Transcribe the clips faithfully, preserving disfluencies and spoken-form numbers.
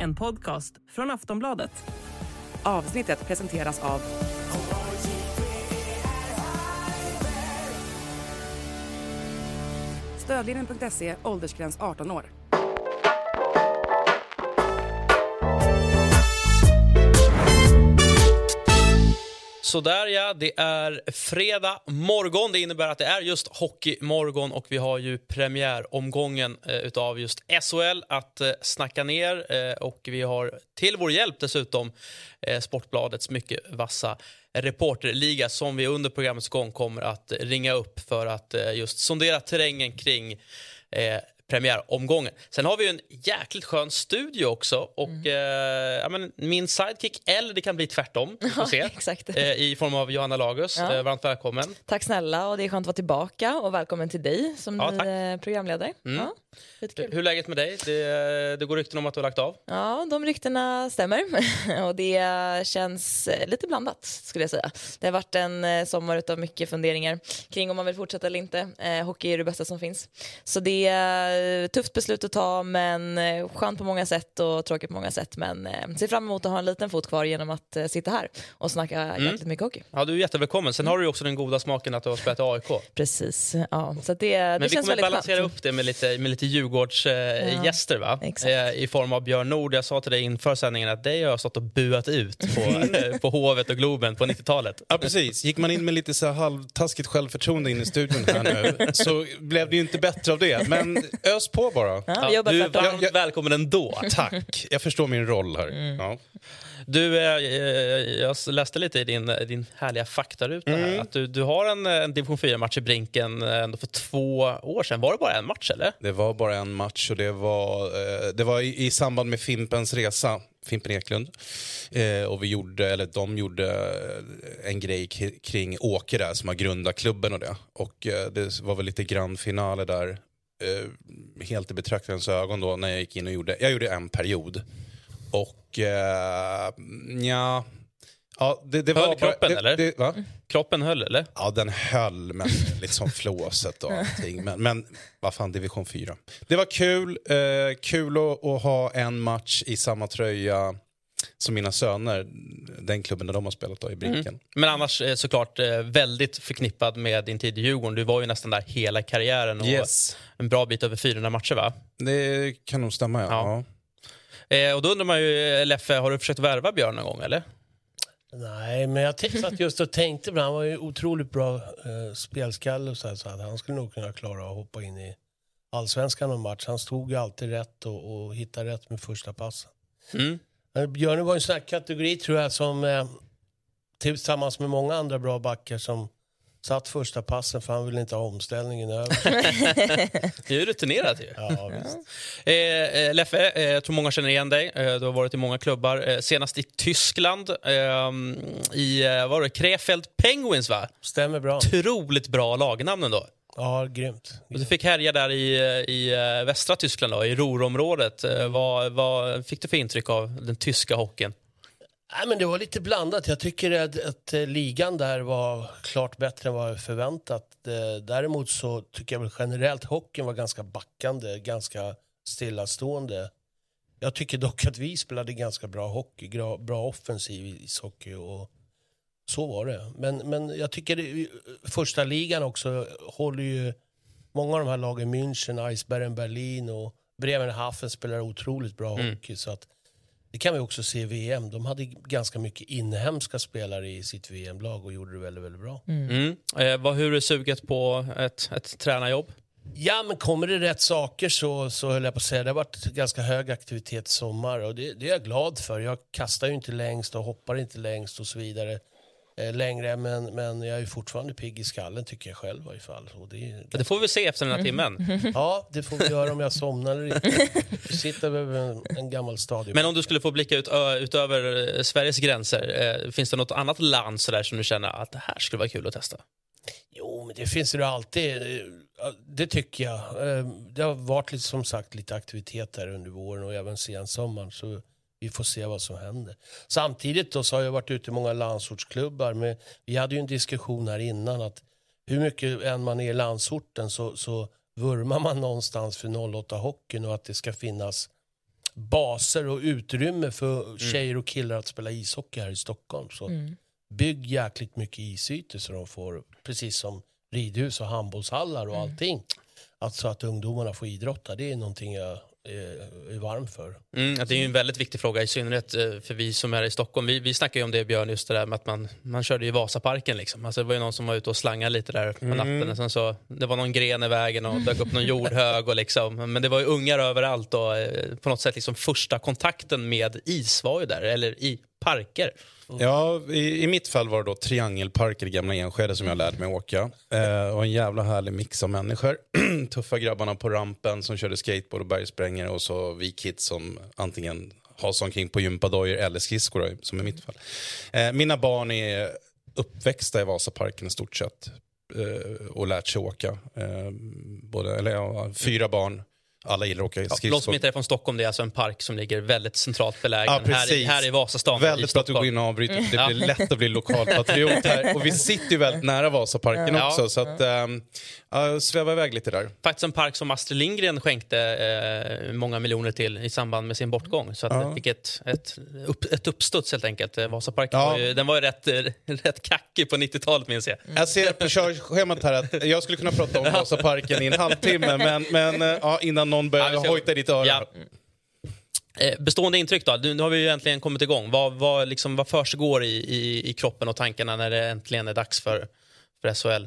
en podcast från Aftonbladet. Avsnittet presenteras av Stödlinjen punkt se, åldersgräns arton år. Så där ja, det är fredag morgon. Det innebär att det är just hockeymorgon och vi har ju premiäromgången eh, utav just S H L att eh, snacka ner. Eh, och vi har till vår hjälp dessutom eh, Sportbladets mycket vassa reporterliga som vi under programmets gång kommer att ringa upp för att eh, just sondera terrängen kring eh, premiäromgången. Sen har vi ju en jäkligt skön studio också och mm. eh, ja, men min sidekick, eller det kan bli tvärtom, vi får se, ja, exakt. Eh, i form av Johanna Lagus. Ja. Eh, varmt välkommen. Tack snälla, och det är skönt att vara tillbaka och välkommen till dig som ja, ny programledare. Mm. Ja, hur, hur är läget med dig? Det, det går rykten om att du har lagt av. Ja, de ryktena stämmer och det känns lite blandat skulle jag säga. Det har varit en sommar utav mycket funderingar kring om man vill fortsätta eller inte. Eh, hockey är det bästa som finns. Så det är tufft beslut att ta, men skönt på många sätt och tråkigt på många sätt, men eh, ser fram emot att ha en liten fot kvar genom att eh, sitta här och snacka mm. jäkligt mycket hockey. Ja, du är jättevälkommen. Sen mm. har du ju också den goda smaken att du har spelat i A I K. Precis, ja. Så det, men det vi känns kommer väldigt balansera skönt. upp det med lite, med lite Djurgårdsgäster, eh, va? Eh, i form av Björn Nord. Jag sa till dig inför sändningen att det har jag stått och buat ut på, eh, på Hovet och Globen på nittiotalet. Ja, precis. Gick man in med lite så här halvtaskigt självförtroende in i studion här nu så blev det ju inte bättre av det. Men ös på bara. Ja, ja, du är varmt jag, jag, välkommen ändå. Tack, jag förstår min roll här. Mm. Ja. Du, eh, jag läste lite i din, din härliga faktaruta här, mm. att du, du har en, en division fyra-match i Brinken ändå för två år sedan. Var det bara en match, eller? Det var bara en match och det var, det var i, i samband med Fimpens resa, Fimpen Eklund. Eh, och vi gjorde, eller de gjorde en grej k- kring Åke där som har grundat klubben och det. Och eh, det var väl lite grandfinale där, eh, helt i betraktarens ögon då, när jag gick in och gjorde, jag gjorde en period. Och eh, ja, ja det, det höll var kroppen det, eller? Det, va? Kroppen höll eller? Ja, den höll, men liksom flåset och allting. Men, men vad fan, division fyra. Det var kul, eh, kul att, att ha en match i samma tröja som mina söner, den klubben där de har spelat då i Brinken. Mm. Men annars såklart väldigt förknippad med din tid i Djurgården. Du var ju nästan där hela karriären och yes. en bra bit över fyrahundra matcher, va? Det kan nog stämma, ja. ja. Eh, och då undrar man ju, Leffe, har du försökt värva Björn någon gång, eller? Nej, men jag t- satt just och tänkte på, han var ju otroligt bra eh, spelskalle och så, här, så att han skulle nog kunna klara att hoppa in i allsvenskan någon match. Han stod ju alltid rätt och, och hittade rätt med första passen. Mm. Men Björn var en sån här kategori, tror jag, som eh, tillsammans med många andra bra backar som satt första passen för han ville inte ha omställningen över. Det är ju rutinerat ju. Ja, visst. Eh, Leffe, eh, jag tror många känner igen dig. Eh, du har varit i många klubbar. Eh, senast i Tyskland. Eh, I vad var det? Krefeld Penguins, va? Stämmer bra. Otroligt bra lagnamnen då. Ja, grymt. Och du fick härja där i, i västra Tyskland då, i Ruhrområdet. Eh, vad, vad fick du för intryck av den tyska hockeyn? Nej, men det var lite blandat. Jag tycker att, att ligan där var klart bättre än vad jag förväntat. Däremot så tycker jag väl generellt hockeyn var ganska backande, ganska stillastående. Jag tycker dock att vi spelade ganska bra hockey, bra offensiv i hockey och så var det. Men, men jag tycker det, första ligan också håller ju många av de här lagen, München, Eisbären, Berlin och Bremerhaven spelar otroligt bra mm. hockey, så att det kan vi också se i V M. De hade ganska mycket inhemska spelare i sitt V M-lag och gjorde det väldigt, väldigt bra. Mm. Mm. Eh, vad, hur är suget på ett, ett tränarjobb? Ja, men kommer det rätt saker så, så höll jag på att säga. Det har varit ganska hög aktivitet sommar och det, det är jag glad för. Jag kastar ju inte längst och hoppar inte längst och så vidare eh, längre. Men, men jag är ju fortfarande pigg i skallen, tycker jag själv i alla fall. Och det, är det får vi se efter den här timmen. Ja, det får vi göra om jag somnar eller inte. Vi sitter över en, en gammal stadion. Men om du skulle få blicka ut, ö, utöver Sveriges gränser, eh, finns det något annat land så där som du känner att det här skulle vara kul att testa? Jo, men det finns det alltid. Det tycker jag. Det har varit lite, som sagt, lite aktivitet där under våren och även sen sommaren, så vi får se vad som händer. Samtidigt då så har jag varit ute i många landsortsklubbar, men vi hade ju en diskussion här innan att hur mycket än man är i landsorten så, så vurmar man någonstans för noll åtta hockeyn och att det ska finnas baser och utrymme för mm. tjejer och killar att spela ishockey här i Stockholm. Så mm. bygg jäkligt mycket isytor så de får, precis som ridhus och handbollshallar och mm. allting. Alltså att ungdomarna får idrotta, det är någonting jag är varm för. Mm, det är ju en väldigt viktig fråga, i synnerhet för vi som är i Stockholm. Vi, vi snackar ju om det, Björn, just det där med att man, man körde i Vasaparken liksom. Alltså det var ju någon som var ute och slangade lite där på natten. Mm. Sen så, det var någon gren i vägen och dök upp någon jordhög och liksom. Men det var ju ungar överallt och på något sätt liksom första kontakten med is var ju där, eller i parker. Mm. Ja, i, i mitt fall var det då triangelparker i Gamla Enskede som jag lärde mig åka. Eh, och en jävla härlig mix av människor. Tuffa grabbarna på rampen som körde skateboard och bergsprängare, och så vi kids som antingen hasade omkring på gympadojor eller skridskor då, som i mitt fall. Eh, mina barn är uppväxta i Vasaparken i stort sett eh, och lärt sig åka. Eh, både, eller ja, fyra barn. Alla gillar att åka skridskor. Ja, som inte är från Stockholm, det är alltså en park som ligger väldigt centralt belägen. Ja, här, i, här i Vasastan. Väldigt bra att du går in och avbryter. Det blir lätt att bli lokalpatriot här. Och vi sitter ju väldigt nära Vasaparken ja. också. Så att äh, sväva iväg lite där. Faktiskt en park som Astrid Lindgren skänkte äh, många miljoner till i samband med sin bortgång. Så att ja. det fick ett, ett, upp, ett uppstuds helt enkelt. Vasaparken ja. var ju, den var ju rätt, rätt kackig på nittiotalet, minns jag. Jag ser på körschemat här att jag skulle kunna prata om Vasaparken i en halvtimme. Men, men ja, innan någon börjar ja, hojta i ditt öra. Ja. Eh, bestående intryck då? Nu har vi ju äntligen kommit igång. Vad, vad, liksom, vad försiggår i, i, i kroppen och tankarna när det äntligen är dags för, för S H L?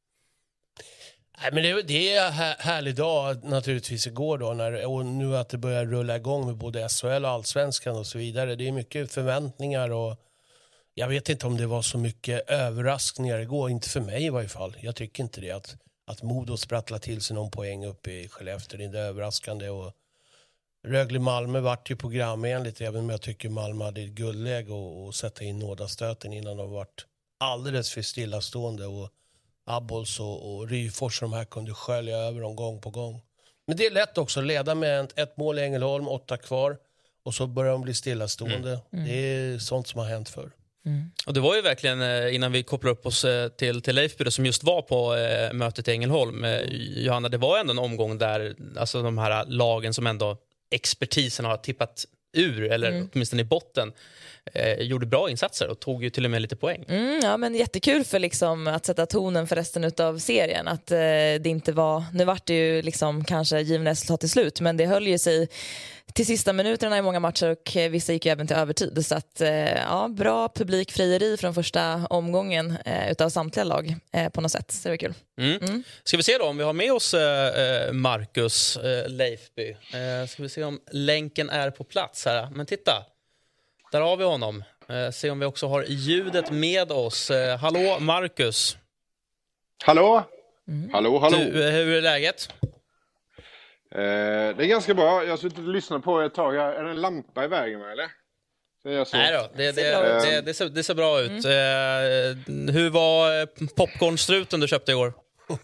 Nej, men det, det är en här, härlig dag naturligtvis igår då. När, och nu att det börjar rulla igång med både S H L och Allsvenskan och så vidare. Det är mycket förväntningar och jag vet inte om det var så mycket överraskningar igår. Inte för mig i varje fall. Jag tycker inte det. Att, att Modo sprattlar till sig någon poäng uppe i Skellefteå. Det är inte överraskande. Och Rögle-Malmö vart ju programenligt. Även om jag tycker Malmö hade ett guldläge och, och sätta in nådastöten innan de varit alldeles för stillastående. Och Abbols och, och Ryfors de här kunde skölja över dem gång på gång. Men det är lätt också att leda med ett, ett mål i Ängelholm, åtta kvar. Och så börjar de bli stillastående. Mm. Mm. Det är sånt som har hänt förr. Mm. Och det var ju verkligen, innan vi kopplar upp oss till, till Leifby som just var på eh, mötet i Ängelholm. Eh, Johanna, det var ändå en omgång där alltså de här lagen som ändå expertisen har tippat ur, eller mm. åtminstone i botten, eh, gjorde bra insatser och tog ju till och med lite poäng. Mm, ja, men jättekul för liksom att sätta tonen för resten av serien. Att eh, det inte var, nu vart det ju liksom kanske givna resultat till slut, men det höll ju sig till sista minuterna i många matcher och vissa gick ju även till övertid. Så att, ja, bra publikfrieri från första omgången eh, utav samtliga lag eh, på något sätt. Så det var kul. Mm. Mm. Ska vi se då om vi har med oss eh, Marcus eh, Leifby. Eh, ska vi se om länken är på plats här. Men titta, där har vi honom. Eh, se om vi också har ljudet med oss. Eh, hallå Marcus. Hallå? Mm. Hallå, hallå. Du, eh, hur är läget? Eh, det är ganska bra. Jag har suttit och lyssnat på ett tag. Är det en lampa i vägen med, eller? Så Nej då, det, det, det, det, ser, det ser bra ut. Mm. Eh, hur var popcornstruten du köpte igår?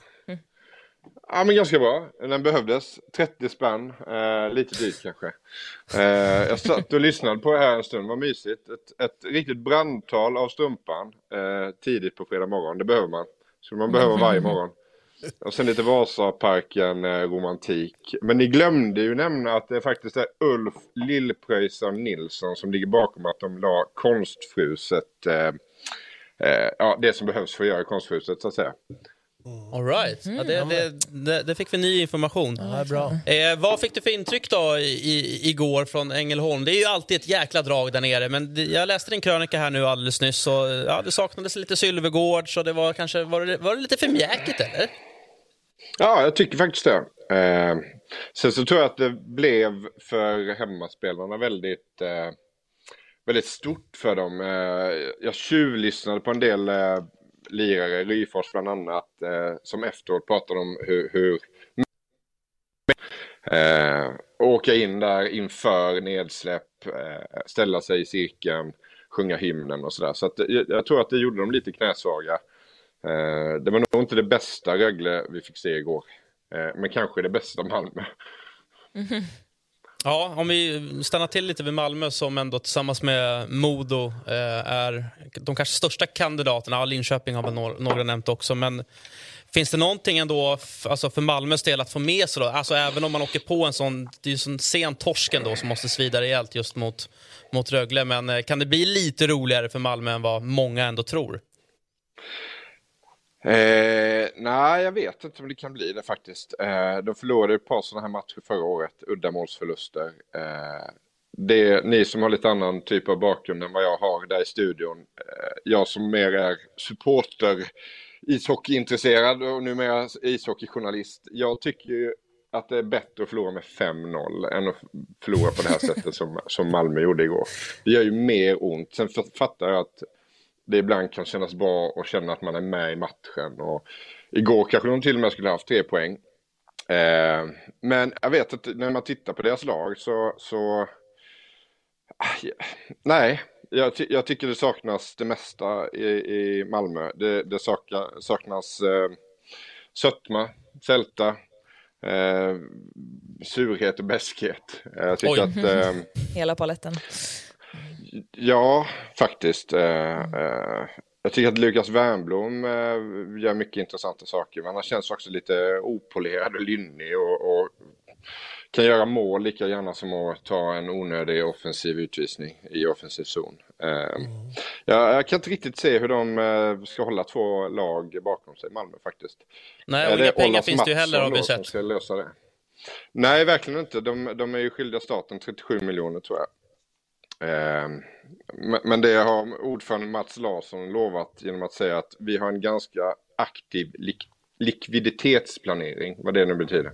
Ja, men ganska bra. Den behövdes. trettio spänn. Eh, lite dyrt kanske. Eh, jag satt och lyssnade på det här en stund. Vad mysigt. Ett, ett riktigt brandtal av Strumpan eh, tidigt på fredag morgon. Det behöver man. Så man behöver varje morgon. Och sen lite Vasaparken, eh, romantik. Men ni glömde ju nämna att det faktiskt är Ulf Lillpröjsson Nilsson som ligger bakom att de la konstfruset. Eh, eh, ja, det som behövs för att göra konstfruset, så att säga. All right. Ja, det, det, det, det fick vi ny information. Ja, bra. Eh, vad fick du för intryck då i, i, igår från Ängelholm? Det är ju alltid ett jäkla drag där nere, men det, jag läste din krönika här nu alldeles nyss, så ja, det saknades lite Sylvegård, så det var kanske var det, var det lite för mjäkigt, eller? Ja, jag tycker faktiskt det. Eh, sen så tror jag att det blev för hemmaspelarna väldigt, eh, väldigt stort för dem. Eh, jag tjuvlyssnade på en del eh, lirare, Ryfors bland annat, eh, som efteråt pratade om hur, hur eh, åka in där inför nedsläpp, eh, ställa sig i cirkeln, sjunga hymnen och sådär. Så att, jag, jag tror att det gjorde dem lite knäsvaga. Eh, det var nog inte det bästa Rögle vi fick se igår, eh, men kanske det bästa Malmö. Mm-hmm. Ja, om vi stannar till lite vid Malmö som ändå tillsammans med Modo eh, är de kanske största kandidaterna. Linköping har väl några, några nämnt också, men Finns det någonting ändå alltså för Malmös del att få med sig då? Alltså även om man åker på en sån, det är ju sån sen torsken då som måste svida rejält just mot, mot Rögle. Men kan det bli lite roligare för Malmö än vad många ändå tror? Eh, nej, jag vet inte om det kan bli det faktiskt. Eh, de förlorade ett par sådana här matcher förra året, uddamålsförluster. Eh, det, ni som har lite annan typ av bakgrund än vad jag har där i studion. Eh, jag som mer är supporter, ishockeyintresserad och numera ishockeyjournalist. Jag tycker ju att det är bättre att förlora med fem noll än att förlora på det här sättet som, som Malmö gjorde igår. Det gör ju mer ont. Sen fattar jag att det ibland kan kännas bra att känna att man är med i matchen. Och igår kanske de till och med skulle ha haft tre poäng. Eh, men jag vet att när man tittar på deras lag så... så nej, jag, ty- jag tycker det saknas det mesta i, i Malmö. Det, det sakna, saknas eh, sötma, sälta, eh, surhet och bäskhet. Jag tycker att... Eh, Hela paletten. Ja, faktiskt. Eh, eh, jag tycker att Lukas Wernbloom eh, gör mycket intressanta saker. Men han känns också lite opolerad och lynnig och, och kan göra mål lika gärna som att ta en onödig offensiv utvisning i offensiv zon. Eh, mm. jag, jag kan inte riktigt se hur de eh, ska hålla två lag bakom sig, Malmö faktiskt. Nej, och inga pengar finns det ju heller, har vi sett. Ska lösa det. Nej, verkligen inte. De, de är ju skyldiga staten trettiosju miljoner tror jag. Men det har ordförande Mats Larsson lovat genom att säga att vi har en ganska aktiv lik- likviditetsplanering, vad det nu betyder.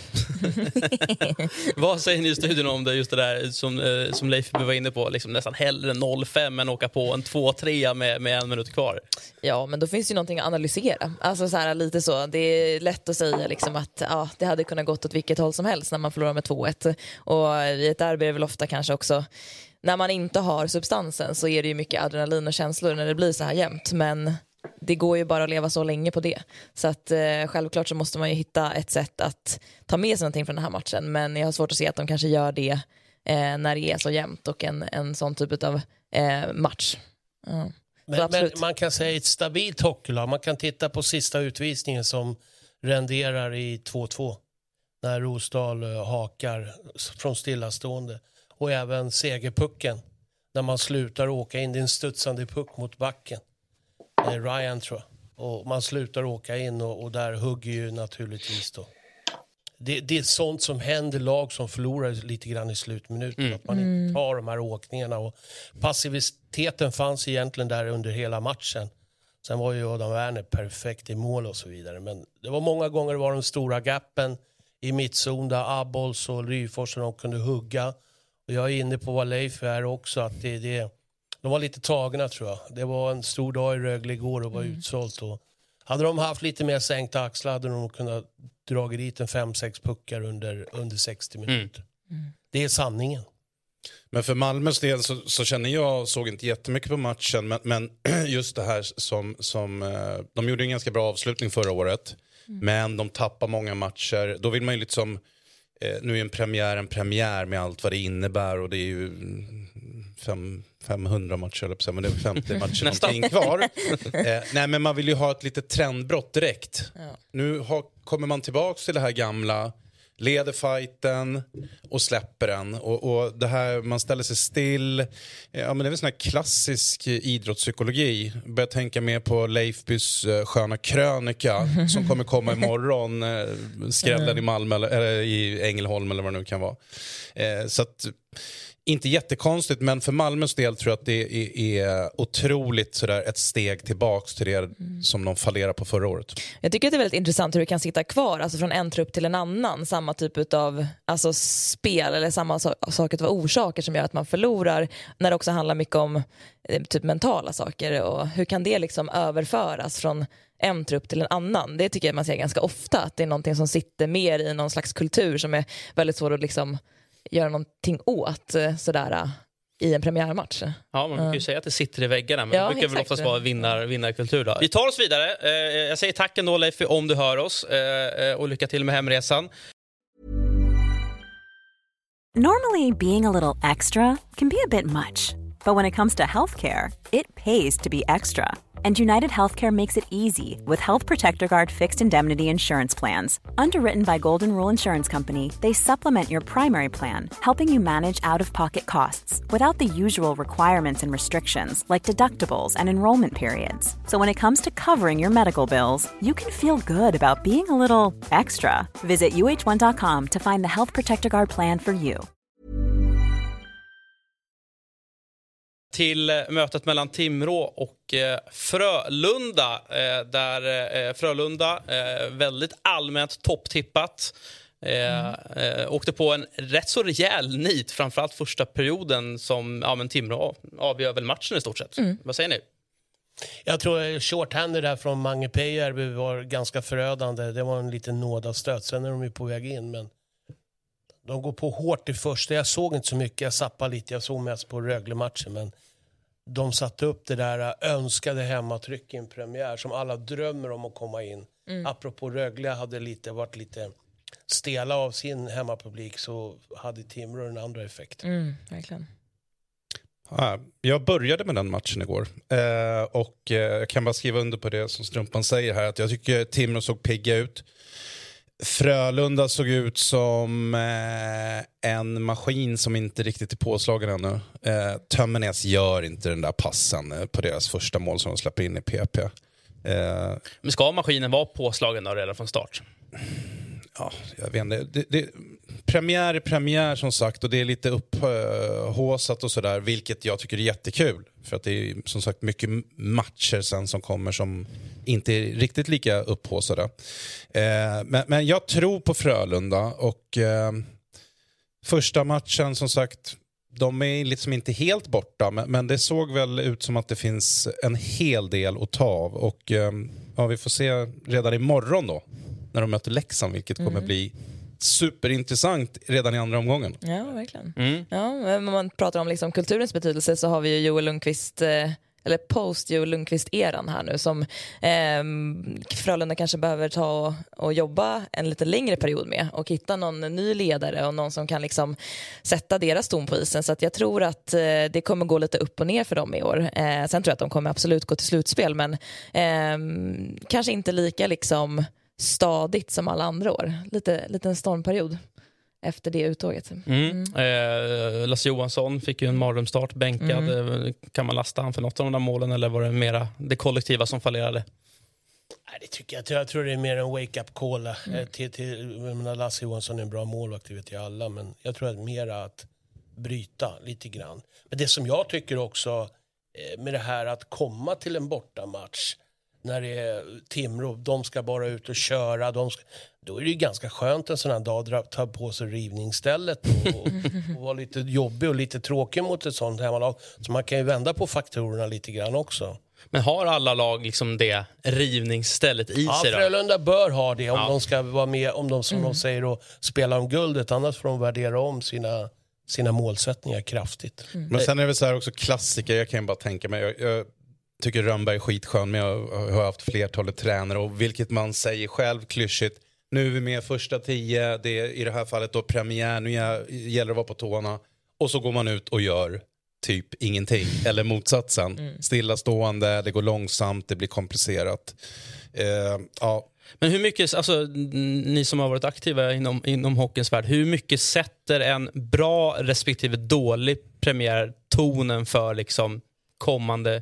Vad säger ni i studion om det, just det där som, eh, som Leif var inne på, liksom nästan hellre noll fem än åka på en två tre med, med en minut kvar? Ja, men då finns ju någonting att analysera. Alltså så här, lite så, det är lätt att säga liksom att ja, det hade kunnat gått åt vilket håll som helst när man förlorar med två ett. Och i ett derby är det väl ofta kanske också, när man inte har substansen så är det ju mycket adrenalin och känslor när det blir så här jämnt, men det går ju bara att leva så länge på det. Så att eh, självklart så måste man ju hitta ett sätt att ta med sig någonting från den här matchen, men jag har svårt att se att de kanske gör det eh, när det är så jämnt och en, en sån typ av eh, match. Ja. Men, men man kan säga ett stabilt hockeylag. Man kan titta på sista utvisningen som renderar i två två när Rosdahl hakar från stillastående. Och även segerpucken när man slutar åka in. Det är en studsande puck mot backen. Det är Ryan tror jag. Och man slutar åka in och, och där hugger ju naturligtvis då. Det, det är sånt som händer lag som förlorar lite grann i slutminuten. Mm. Att man inte tar de här åkningarna. Och passiviteten fanns egentligen där under hela matchen. Sen var ju Adam Werner perfekt i mål och så vidare. Men det var många gånger det var den stora gappen i mittzon där Abols och Ryfors de kunde hugga. Och jag är inne på vad Leif är också. Att det, det, de var lite tagna tror jag. Det var en stor dag i Rögle igår och var mm. utsålt. Och hade de haft lite mer sänkta axlar hade de kunnat dra dit en fem sex puckar under, under sextio minuter. Mm. Mm. Det är sanningen. Men för Malmös del så, så känner jag, såg inte jättemycket på matchen, men, men just det här som, som de gjorde en ganska bra avslutning förra året, mm. men de tappar många matcher. Då vill man ju liksom, eh, nu är en premiär en premiär med allt vad det innebär, och det är ju fem, femhundra matcher, men det är femtio matcher någonting kvar. eh, nej, men man vill ju ha ett litet trendbrott direkt. Ja. Nu har, kommer man tillbaka till det här gamla, leder fighten och släpper den. Och, och det här, man ställer sig still. Ja, men det är väl sån här klassisk idrottspsykologi. Börjar tänka mer på Leifbys uh, sköna krönika som kommer komma imorgon. Uh, skräddad i Malmö eller, eller i Ängelholm eller vad det nu kan vara. Uh, så att, inte jättekonstigt, men för Malmös del tror jag att det är, är otroligt sådär ett steg tillbaks till det mm. som de fallerade på förra året. Jag tycker att det är väldigt intressant hur det kan sitta kvar, alltså från en trupp till en annan, samma typ av alltså, spel eller samma saker, det var orsaker som gör att man förlorar, när det också handlar mycket om typ mentala saker, och hur kan det liksom överföras från en trupp till en annan? Det tycker jag man ser ganska ofta, att det är någonting som sitter mer i någon slags kultur som är väldigt svår att liksom göra någonting åt sådär i en premiärmatch. Ja, man kan ju uh. säga att det sitter i väggarna, men ja, det brukar väl oftast vara vinnar, vinnarkultur då. Vi tar oss vidare. Eh, jag säger tack ändå Leif om du hör oss, eh, och lycka till med hemresan. Normally being a little extra can be a bit much. But when it comes to healthcare, it pays to be extra. And United Healthcare makes it easy with Health Protector Guard fixed indemnity insurance plans. Underwritten by Golden Rule Insurance Company, they supplement your primary plan, helping you manage out-of-pocket costs without the usual requirements and restrictions like deductibles and enrollment periods. So when it comes to covering your medical bills, you can feel good about being a little extra. Visit U H one dot com to find the Health Protector Guard plan for you. Till mötet mellan Timrå och eh, Frölunda eh, där eh, Frölunda eh, väldigt allmänt topptippat eh, mm. eh, åkte på en rätt så rejäl nit, framförallt första perioden som ja, men Timrå avgör väl matchen i stort sett. Mm. Vad säger ni? Jag tror shorthander där från Mange Peijärvi var ganska förödande. Det var en liten nådastöt. Sen är de ju på väg in, men de går på hårt i första. Jag såg inte så mycket, jag zappade lite. Jag såg mest på Rögle-matchen, men de satte upp det där önskade hemmatryck i en premiär som alla drömmer om att komma in. Mm. Apropå Rögle hade lite varit lite stela av sin hemmapublik, så hade Timrå en andra effekt. Mm, verkligen. Ja, jag började med den matchen igår eh, och eh, jag kan bara skriva under på det som Strumpan säger här, att jag tycker Timrå såg pigga ut. Frölunda såg ut som eh, en maskin som inte riktigt är påslagen ännu. Eh, Tömmernes gör inte den där passen eh, på deras första mål som de släpper in i P P. Eh, Men ska maskinen vara påslagen då redan från start? Ja, jag vet inte. Det, det, premiär är premiär som sagt, och det är lite upphåsat och sådär, vilket jag tycker är jättekul. För att det är som sagt mycket matcher sen som kommer som inte är riktigt lika upphåsade. Eh, men, men jag tror på Frölunda, och eh, första matchen som sagt, de är liksom inte helt borta, men, men det såg väl ut som att det finns en hel del att ta av. Och eh, ja, vi får se redan imorgon då, när de möter Leksand, vilket kommer mm. bli superintressant redan i andra omgången. Ja, verkligen. Mm. Ja, om man pratar om liksom kulturens betydelse, så har vi ju Joel Lundqvist, eh, eller post Joel Lundqvist-eran här nu, som eh, Frölunda kanske behöver ta och, och jobba en lite längre period med, och hitta någon ny ledare och någon som kan liksom sätta deras ton på isen. Så att jag tror att eh, det kommer gå lite upp och ner för dem i år. Eh, sen tror jag att de kommer absolut gå till slutspel, men eh, kanske inte lika liksom stadigt som alla andra år. Lite liten stormperiod efter det uttåget. Mm. Mm. Eh, Lasse Johansson fick ju en mardrömsstart, bänkad. Mm. Kan man lasta han för något av de där målen, eller var det mera det kollektiva som fallerade? Nej, det tycker jag. Jag tror det är mer en wake-up call. Mm. Till, till, menar, Lasse Johansson är en bra målvakt, det vet jag alla, men jag tror att mera att bryta lite grann. Men det som jag tycker också med det här att komma till en bortamatch när det är Timrå, de ska bara ut och köra, de ska, då är det ju ganska skönt en sån här dag att ta på sig rivningsstället och, och, och vara lite jobbig och lite tråkig mot ett sånt hemmalag. Så man kan ju vända på faktorerna lite grann också. Men har alla lag liksom det rivningsstället i ja, sig då? Frölunda bör ha det om ja. de ska vara med, om de som mm. de säger och spela om guldet, annars får de värdera om sina, sina målsättningar kraftigt. Mm. Men sen är det väl så här också klassiker, jag kan ju bara tänka mig, jag, jag tycker Rönnberg är skitskön, men jag har haft flertalet tränare, och vilket man säger själv klyschigt, nu är vi med första tio, det är i det här fallet då premiär, nu gäller det att vara på tårna, och så går man ut och gör typ ingenting, eller motsatsen, mm. stillastående, det går långsamt, det blir komplicerat. Eh, ja. Men hur mycket, alltså ni som har varit aktiva inom, inom hockeyns värld, hur mycket sätter en bra respektive dålig premiär tonen för liksom kommande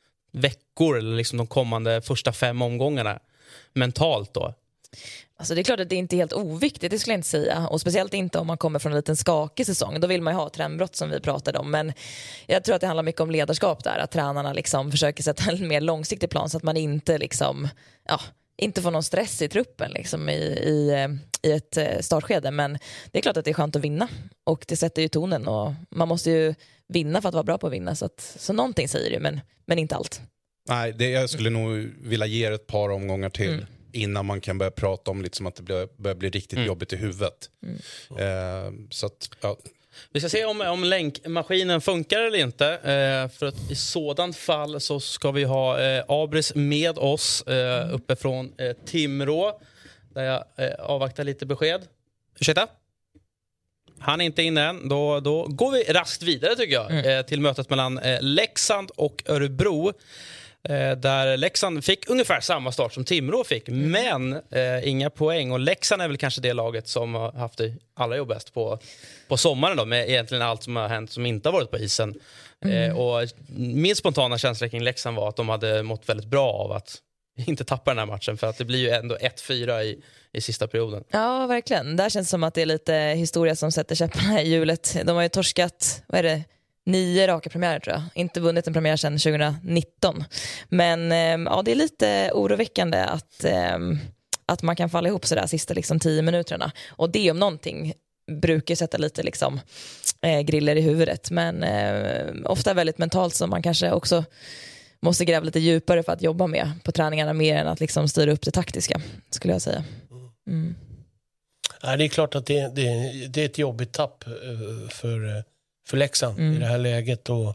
veckor, eller liksom de kommande första fem omgångarna mentalt då? Alltså det är klart att det är inte helt oviktigt, det skulle jag inte säga. Och speciellt inte om man kommer från en liten skakig säsong. Då vill man ju ha trendbrott som vi pratade om. Men jag tror att det handlar mycket om ledarskap där. Att tränarna liksom försöker sätta en mer långsiktig plan så att man inte liksom, ja, inte får någon stress i truppen liksom i, i, i ett startskede. Men det är klart att det är skönt att vinna. Och det sätter ju tonen, och man måste ju vinna för att vara bra på att vinna. Så, att, så någonting säger det, men, men inte allt. Nej, det, jag skulle mm. nog vilja ge ett par omgångar till. Mm. Innan man kan börja prata om liksom att det börjar, börjar bli riktigt mm. jobbigt i huvudet. Mm. Eh, så att, ja. Vi ska se om, om länkmaskinen funkar eller inte. Eh, för att i sådant fall så ska vi ha eh, Abris med oss eh, mm. uppe från eh, Timrå. Där jag eh, avvaktar lite besked. Ursäkta? han är inte inne än. Då, då går vi raskt vidare tycker jag. Mm. Eh, till mötet mellan eh, Leksand och Örebro. Eh, där Leksand fick ungefär samma start som Timrå fick. Mm. Men eh, inga poäng. Och Leksand är väl kanske det laget som har haft det allra jobbigast på, på sommaren. Då, med egentligen allt som har hänt som inte har varit på isen. Mm. Eh, och min spontana känsla kring Leksand var att de hade mått väldigt bra av att inte tappa den här matchen. För att det blir ju ändå ett fyra i, i sista perioden. Ja, verkligen. Där känns det som att det är lite historia som sätter käpparna i hjulet. De har ju torskat, vad är det? Nio raka premiärer tror jag. Inte vunnit en premiär sedan tjugonitton. Men eh, ja, det är lite oroväckande att, eh, att man kan falla ihop så där sista liksom, tio minuterna. Och det om någonting brukar sätta lite liksom, eh, griller i huvudet. Men eh, ofta väldigt mentalt som man kanske också måste gräva lite djupare för att jobba med på träningarna mer än att liksom, styra upp det taktiska, skulle jag säga. Mm. Ja, det är klart att det, det, det är ett jobbigt tapp för för Leksand mm. i det här läget och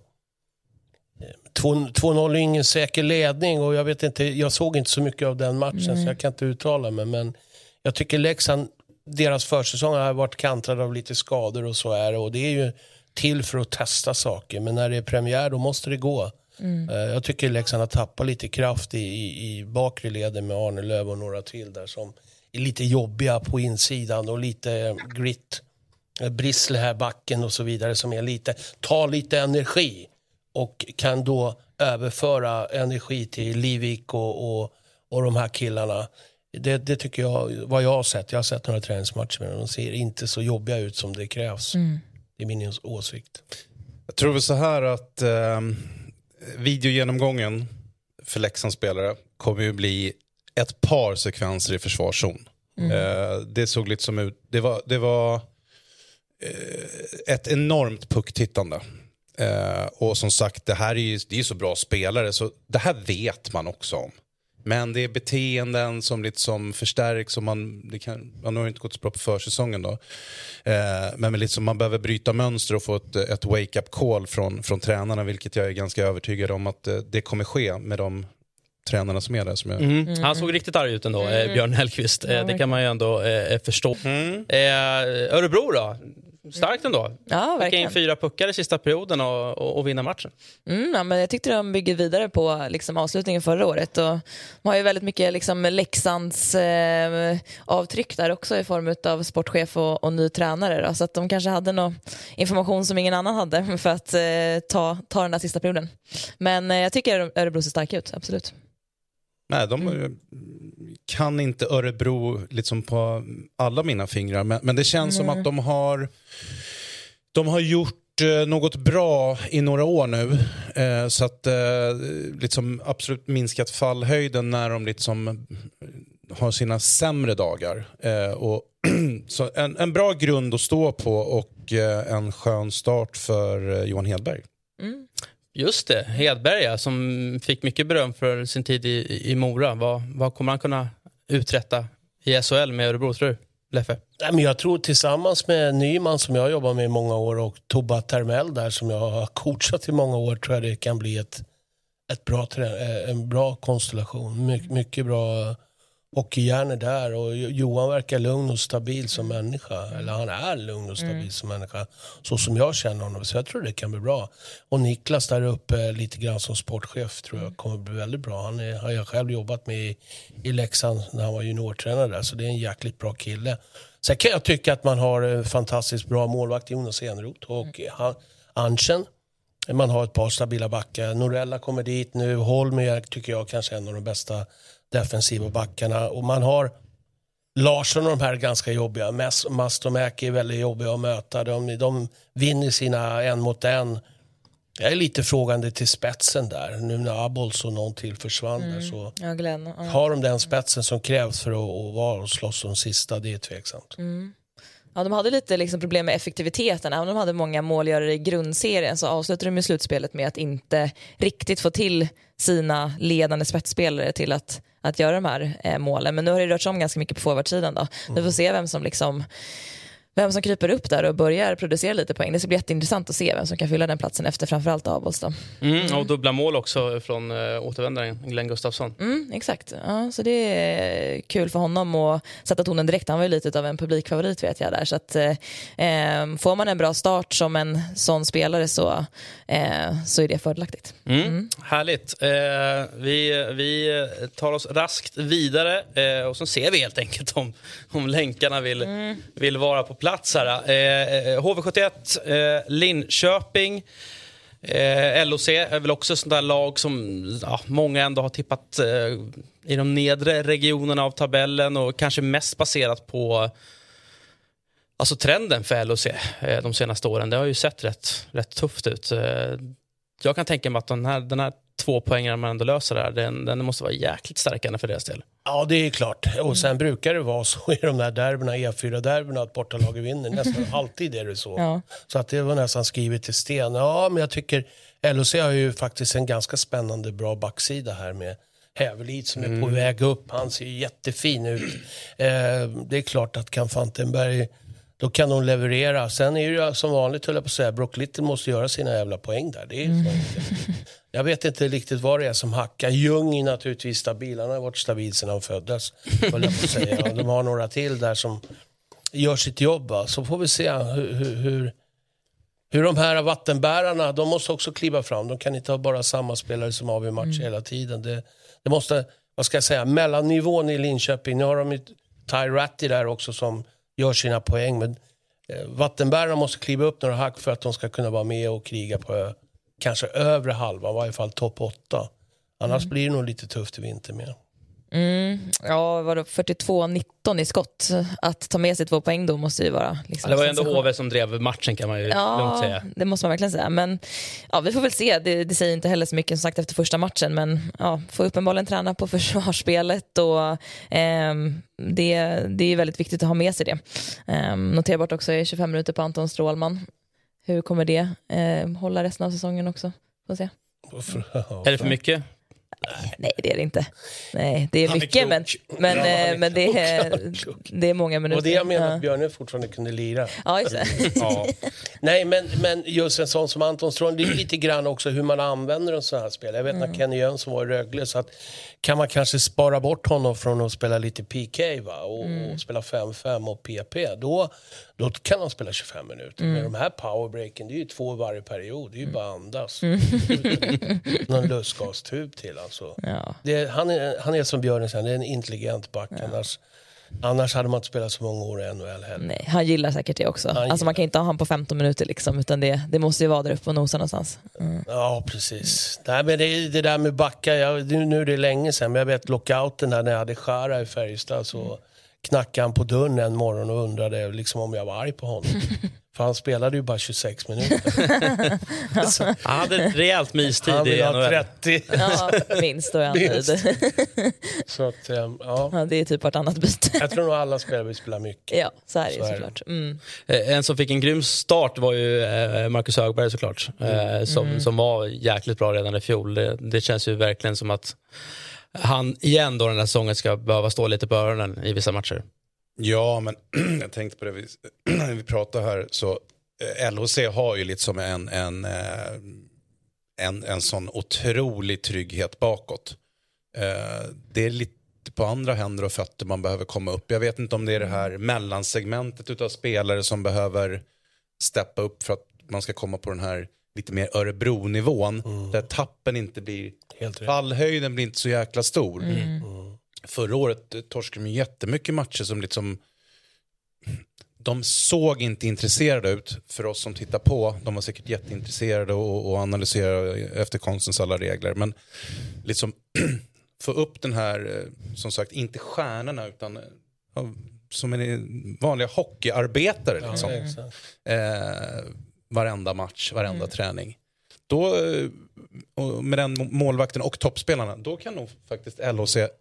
två noll är ingen säker ledning och jag vet inte, jag såg inte så mycket av den matchen mm. så jag kan inte uttala mig, men jag tycker Leksand, deras försäsong har varit kantrad av lite skador och så är det, och det är ju till för att testa saker, men när det är premiär då måste det gå. Mm. Jag tycker Leksand har tappat lite kraft i, i, i bakre leden med Arne Löv och några till där som är lite jobbiga på insidan och lite grit. Brissle här backen och så vidare som är lite, tar lite energi och kan då överföra energi till Livik och, och, och de här killarna. Det, det tycker jag, vad jag har sett, jag har sett några träningsmatcher men de ser inte så jobbiga ut som det krävs. Mm. Det är min åsikt. Jag tror väl så här att eh, videogenomgången för Leksands spelare kommer ju bli ett par sekvenser i försvarszon. Mm. Eh, det såg lite som ut, det var, det var ett enormt pucktittande. Eh, och som sagt, det här är ju, det är så bra spelare så det här vet man också om. Men det är beteenden som lite som förstärks och man, det kan, man har inte gått så bra på försäsongen då. Eh, men lite som man behöver bryta mönster och få ett, ett wake-up call från, från tränarna, vilket jag är ganska övertygad om att eh, det kommer ske med de tränarna som är där. Som jag... mm. Mm. Han såg riktigt arg ut ändå, mm. eh, Björn Hellqvist. Eh, det kan man ju ändå eh, förstå. Mm. Eh, Örebro då? Starkt ändå. Ja, verkligen. Fick in fyra puckar i sista perioden och, och, och vinna matchen. Mm, ja, men jag tyckte de bygger vidare på liksom, avslutningen förra året. Och de har ju väldigt mycket liksom, Leksands eh, avtryck där också i form av sportchef och, och ny tränare. Då. Så att de kanske hade någon information som ingen annan hade för att eh, ta, ta den där sista perioden. Men eh, jag tycker Örebro ser stark ut, absolut. Nej, de mm. kan inte Örebro liksom på alla mina fingrar. Men, men det känns mm. som att de har de har gjort eh, något bra i några år nu. Eh, så att eh, liksom absolut minskat fallhöjden när de liksom har sina sämre dagar. Eh, och så en, en bra grund att stå på och eh, en skön start för eh, Johan Hedberg. Mm. Just det, Hedberg som fick mycket beröm för sin tid i, i Mora. Vad, vad kommer han kunna uträtta i S H L med Örebro, tror du, Leffe? Nej, men jag tror tillsammans med Nyman som jag har jobbat med i många år och Tobba Termell där som jag har coachat i många år, tror jag det kan bli ett, ett bra, en bra konstellation. My, mycket bra hockeyhjärnor där och Johan verkar lugn och stabil som människa, eller han är lugn och stabil mm. som människa så som jag känner honom, så jag tror det kan bli bra. Och Niklas där uppe lite grann som sportchef tror jag kommer bli väldigt bra. Han är, har jag själv jobbat med i, i Leksand när han var juniortränare där, så det är en jäkligt bra kille. Sen kan jag tycka att man har fantastiskt bra målvakt Jonas Enroth och mm. Anchen. Man har ett par stabila backar. Norella kommer dit nu, Holmer tycker jag kanske är en av de bästa defensiva backarna, och man har Larsson och de här ganska jobbiga. Mastomäki är väldigt jobbiga att möta. De, de vinner sina en mot en. Jag är lite frågande till spetsen där. Nu när Abols och någon till försvann mm. där, så ja, Glenn, ja. har de den spetsen som krävs för att, att vara och slåss om sista, det är tveksamt. Mm. Ja, de hade lite liksom problem med effektiviteten. Även om de hade många målgörare i grundserien så avslutade de i slutspelet med att inte riktigt få till sina ledande spetsspelare till att, att göra de här eh, målen. Men nu har det rört sig om ganska mycket på forwardsidan då. Mm. Vi får se vem som liksom vem som kryper upp där och börjar producera lite poäng. Det ska bli jätteintressant att se vem som kan fylla den platsen efter framförallt Abols då. Mm, och dubbla mål också från uh, återvändaren Glenn Gustafsson. Mm, exakt. Ja, så det är kul för honom att sätta tonen direkt. Han var ju lite av en publikfavorit vet jag där. Så att eh, får man en bra start som en sån spelare så, eh, så är det fördelaktigt. Mm. Mm. Härligt. Eh, vi, vi tar oss raskt vidare eh, och så ser vi helt enkelt om, om länkarna vill, mm. vill vara på plats här. Eh, H V sjuttioett, eh, Linköping, eh, L O C är väl också sånt där lag som ja, många ändå har tippat eh, i de nedre regionerna av tabellen och kanske mest baserat på alltså trenden för L O C eh, de senaste åren. Det har ju sett rätt, rätt tufft ut. Eh, jag kan tänka mig att den här, den här två poängen man ändå löser där, den, den måste vara jäkligt stärkande för deras del. Ja, det är klart. Och sen brukar det vara så i de där derbyna, E fyra-derbyna, att bortalaget vinner. Nästan alltid är det så. Ja. Så att det var nästan skrivet i sten. Ja, men jag tycker L O C har ju faktiskt en ganska spännande bra backsida här med Hävelid som är mm. på väg upp. Han ser ju jättefin ut. Eh, det är klart att kan Fantenberg, då kan de leverera. Sen är det ju som vanligt, höll jag på att säga, Brock Little måste göra sina jävla poäng där. Det är mm. Jag vet inte riktigt vad det är som hackar. Ljung är naturligtvis stabil. Han har varit stabil sedan han föddes, höll jag på att säga. Och de har några till där som gör sitt jobb. Va? Så får vi se hur, hur, hur, hur de här vattenbärarna, de måste också kliva fram. De kan inte ha bara samma spelare som avgör match mm. hela tiden. Det, det måste, vad ska jag säga, mellannivån i Linköping. Nu har de ju Ty Ratty där också som gör sina poäng. Men eh, vattenbärarna måste kliva upp några hack för att de ska kunna vara med och kriga på ö. Kanske övre halva, i varje fall topp åtta. Annars mm. blir det nog lite tufft i vinter med. Mm. Ja, var det fyrtiotvå nitton i skott. Att ta med sig två poäng då måste ju vara liksom, ja, det var ändå H V som drev matchen kan man ju ja, lugnt säga. Det måste man verkligen säga. Men ja, vi får väl se. Det, det säger inte heller så mycket som sagt efter första matchen. Men ja, får uppenbarligen träna på försvarsspelet. Och eh, det, det är väldigt viktigt att ha med sig det. Eh, noterbart också är tjugofem minuter på Anton Strålman. Hur kommer det eh, hålla resten av säsongen också? Får se. Är det för mycket? Nej, det är det inte. Nej, det är Han mycket, är men, men, ja, men det, är, det är många minuter. Och det jag menar ja. att Björne fortfarande kunde lira. Ja, just det. Ja. Nej, men, men just en sån som Anton Strån, det är lite grann också hur man använder en sån här spel. Jag vet mm. när Kenny Jönsson var i Rögle, så att kan man kanske spara bort honom från att spela lite P K va? Och, mm. och spela fem fem och P P. Då, då kan han spela tjugofem minuter. Mm. Men de här powerbreaken, det är ju två varje period. Det är ju bara andas. Mm. Någon lustgastub till alltså. Ja. Det, han, är, han är som Björn säger, det är en intelligent back. Ja. Annars, annars hade man inte spelat så många år i N H L heller. Nej, han gillar säkert det också. Han alltså man kan inte ha han på femton minuter liksom, utan det, det måste ju vara där uppe och nosa någonstans. Mm. Ja, precis. Nej, men det, det där med backa, jag, nu är det länge sedan, men jag vet lockouten där när jag hade Skära i Färjestad så mm. knackade han på dörren en morgon och undrade liksom om jag var arg på honom. För han spelade ju bara tjugosex minuter. Så, han hade ett rejält mistid i N H L. Han vill ha trettio. Ja, minst då är han nöjd. Så att, ja. Ja, det är typ vartannat byte. Jag tror nog alla spelare vill spela mycket. Ja, så är det så såklart. Mm. En som fick en grym start var ju Marcus Högberg såklart. Mm. Som, mm. som var jäkligt bra redan i fjol. Det, det känns ju verkligen som att han igen då den här säsongen ska behöva stå lite på öronen i vissa matcher. Ja, men jag tänkte på det vi, när vi pratar här så eh, L H C har ju liksom en, en, eh, en, en sån otrolig trygghet bakåt. Eh, det är lite på andra händer och fötter man behöver komma upp. Jag vet inte om det är det här mellansegmentet utav spelare som behöver steppa upp för att man ska komma på den här lite mer Örebro-nivån mm. där tappen inte blir, fallhöjden blir inte så jäkla stor. Mm. Mm. Förra året torskade de jättemycket matcher som liksom de såg inte intresserade ut för oss som tittar på. De var säkert jätteintresserade och, och analyserade efter konstens alla regler. Men liksom få upp den här, som sagt, inte stjärnorna utan som en vanliga hockeyarbetare liksom. Ja, eh, varenda match, varenda mm. träning. Då, med den målvakten och toppspelarna, då kan nog faktiskt L H C eh,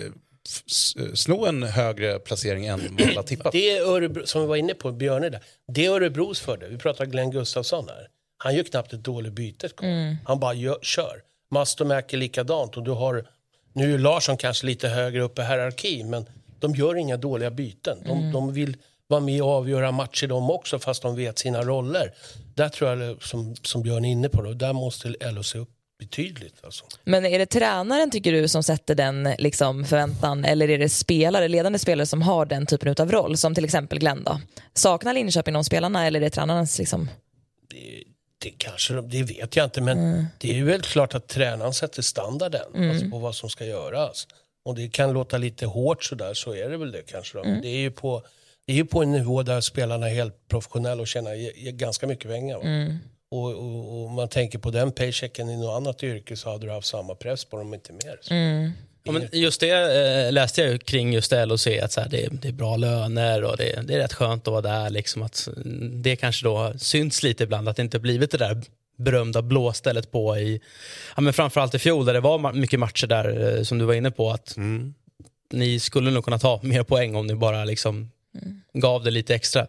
sno en högre placering än vad alla tippat. Det är Örebro, som vi var inne på, Björne där. Det är Örebros för det. Vi pratar Glenn Gustafsson här. Han gör knappt ett dåligt byte. Mm. Han bara gör, kör. Mastomäki likadant. Och du har, nu är ju Larsson kanske lite högre upp i hierarki, men de gör inga dåliga byten. De, mm. de vill vara med och avgöra matcher de också fast de vet sina roller. Där tror jag, som, som Björn är inne på, då, där måste L O C upp betydligt. Alltså. Men är det tränaren, tycker du, som sätter den liksom, förväntan, eller är det spelare, ledande spelare som har den typen av roll, som till exempel Glenn då? Saknar Linköping de spelarna, eller är det tränarens liksom... Det, det kanske, det vet jag inte, men mm. det är ju väl klart att tränaren sätter standarden mm. alltså på vad som ska göras. Och det kan låta lite hårt så där, så är det väl det kanske då. Mm. Det är ju på det är ju på en nivå där spelarna är helt professionella och tjänar ganska mycket pengar. Va? Mm. Och, och, och man tänker på den paychecken i något annat yrke, så hade du haft samma press på dem, inte mer. Mm. Ja, men just det eh, läste jag ju kring just L O C, att så här, det, det är bra löner och det, det är rätt skönt att vara där. Liksom, att det kanske då syns lite ibland att det inte blivit det där berömda blåstället på i, ja, men framförallt i fjol där det var mycket matcher där eh, som du var inne på, att mm. ni skulle nog kunna ta mer poäng om ni bara liksom mm. gav det lite extra.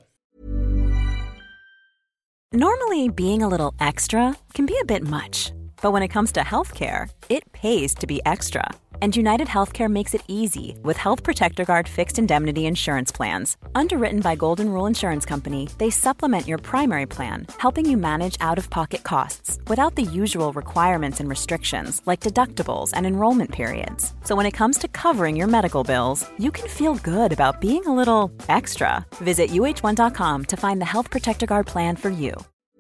Normally, being a little extra can be a bit much. But when it comes to healthcare, it pays to be extra. And United Healthcare makes it easy with Health Protector Guard fixed indemnity insurance plans. Underwritten by Golden Rule Insurance Company, they supplement your primary plan, helping you manage out-of-pocket costs without the usual requirements and restrictions like deductibles and enrollment periods. So when it comes to covering your medical bills, you can feel good about being a little extra. Visit U H one dot com to find the Health Protector Guard plan for you.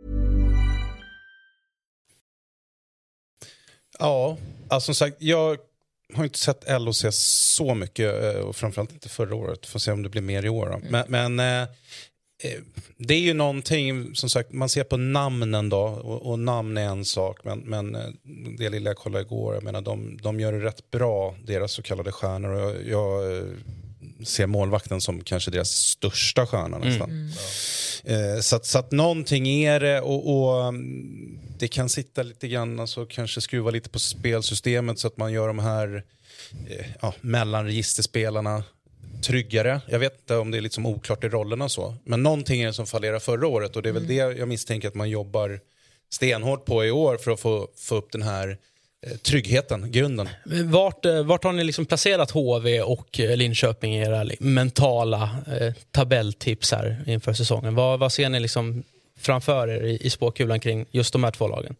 Ja, alltså som sagt, jag har inte sett L O C så mycket, och framförallt inte förra året. Får se om det blir mer i år. Då. Men, men eh, det är ju någonting, som sagt, man ser på namnen då, och, och namn är en sak, men, men det lilla jag kollade igår, jag menar, de, de gör det rätt bra, deras så kallade stjärnor, och jag, jag ser målvakten som kanske deras största stjärna nästan. Mm. Eh, så, att, så att någonting är det, och, och det kan sitta lite grann, alltså kanske skruva lite på spelsystemet så att man gör de här eh, ja, mellanregisterspelarna tryggare. Jag vet inte om det är liksom oklart i rollerna så, men någonting är det som fallerade förra året, och det är väl mm. det jag misstänker att man jobbar stenhårt på i år för att få, få upp den här eh, tryggheten, grunden. Vart, vart har ni liksom placerat H V och Linköping i era mentala eh, tabelltips här inför säsongen? Vad, vad ser ni liksom framför er i, i spåkulan kring just de här två lagen?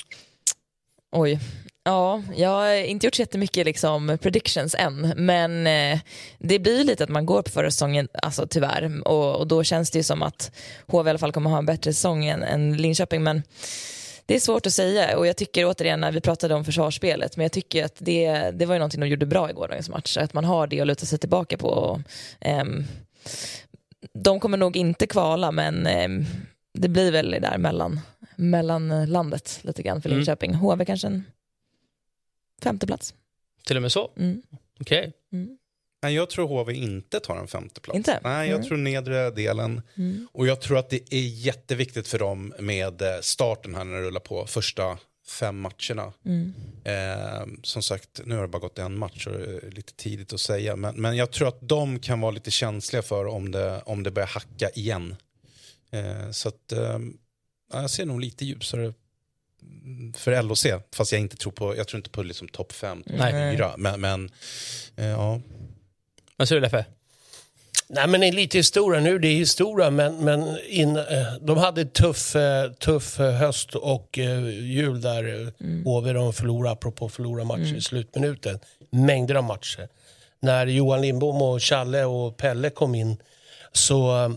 Oj, ja, jag har inte gjort så jättemycket liksom predictions än, men eh, det blir lite att man går på förra säsongen, alltså tyvärr, och, och då känns det ju som att H V i alla fall kommer ha en bättre säsong än, än Linköping, men det är svårt att säga, och jag tycker återigen när vi pratade om försvarsspelet, men jag tycker att det, det var ju någonting de gjorde bra i gårdagens match, att man har det att luta sig tillbaka på. Och, ehm, de kommer nog inte kvala, men ehm, det blir väl där mellan, mellan landet lite grann för Linköping. Mm. H V kanske en femte plats. Till och med så? Mm. Okej. Okay. Mm. Nej, jag tror H V inte tar en femte plats. Inte? Nej, jag mm. tror nedre delen. Mm. Och jag tror att det är jätteviktigt för dem med starten här när det rullar på första fem matcherna. Mm. Eh, som sagt, nu har det bara gått en match och det är lite tidigt att säga. Men, men jag tror att de kan vara lite känsliga för om det, om det börjar hacka igen. Eh, så att eh, jag ser nog lite ljusare för L O C. Fast jag inte tror på, jag tror inte på liksom topp fem, topp fyra. Men, men eh, ja. Vad säger du, Leffe? Nej, men lite historia nu, det är historia, men, men in, eh, de hade tuff, eh, tuff höst och eh, jul där mm. H V de förlorade, apropå förlora matcher mm. i slutminuten. Mängder av matcher. När Johan Lindbom och Challe och Pelle kom in så,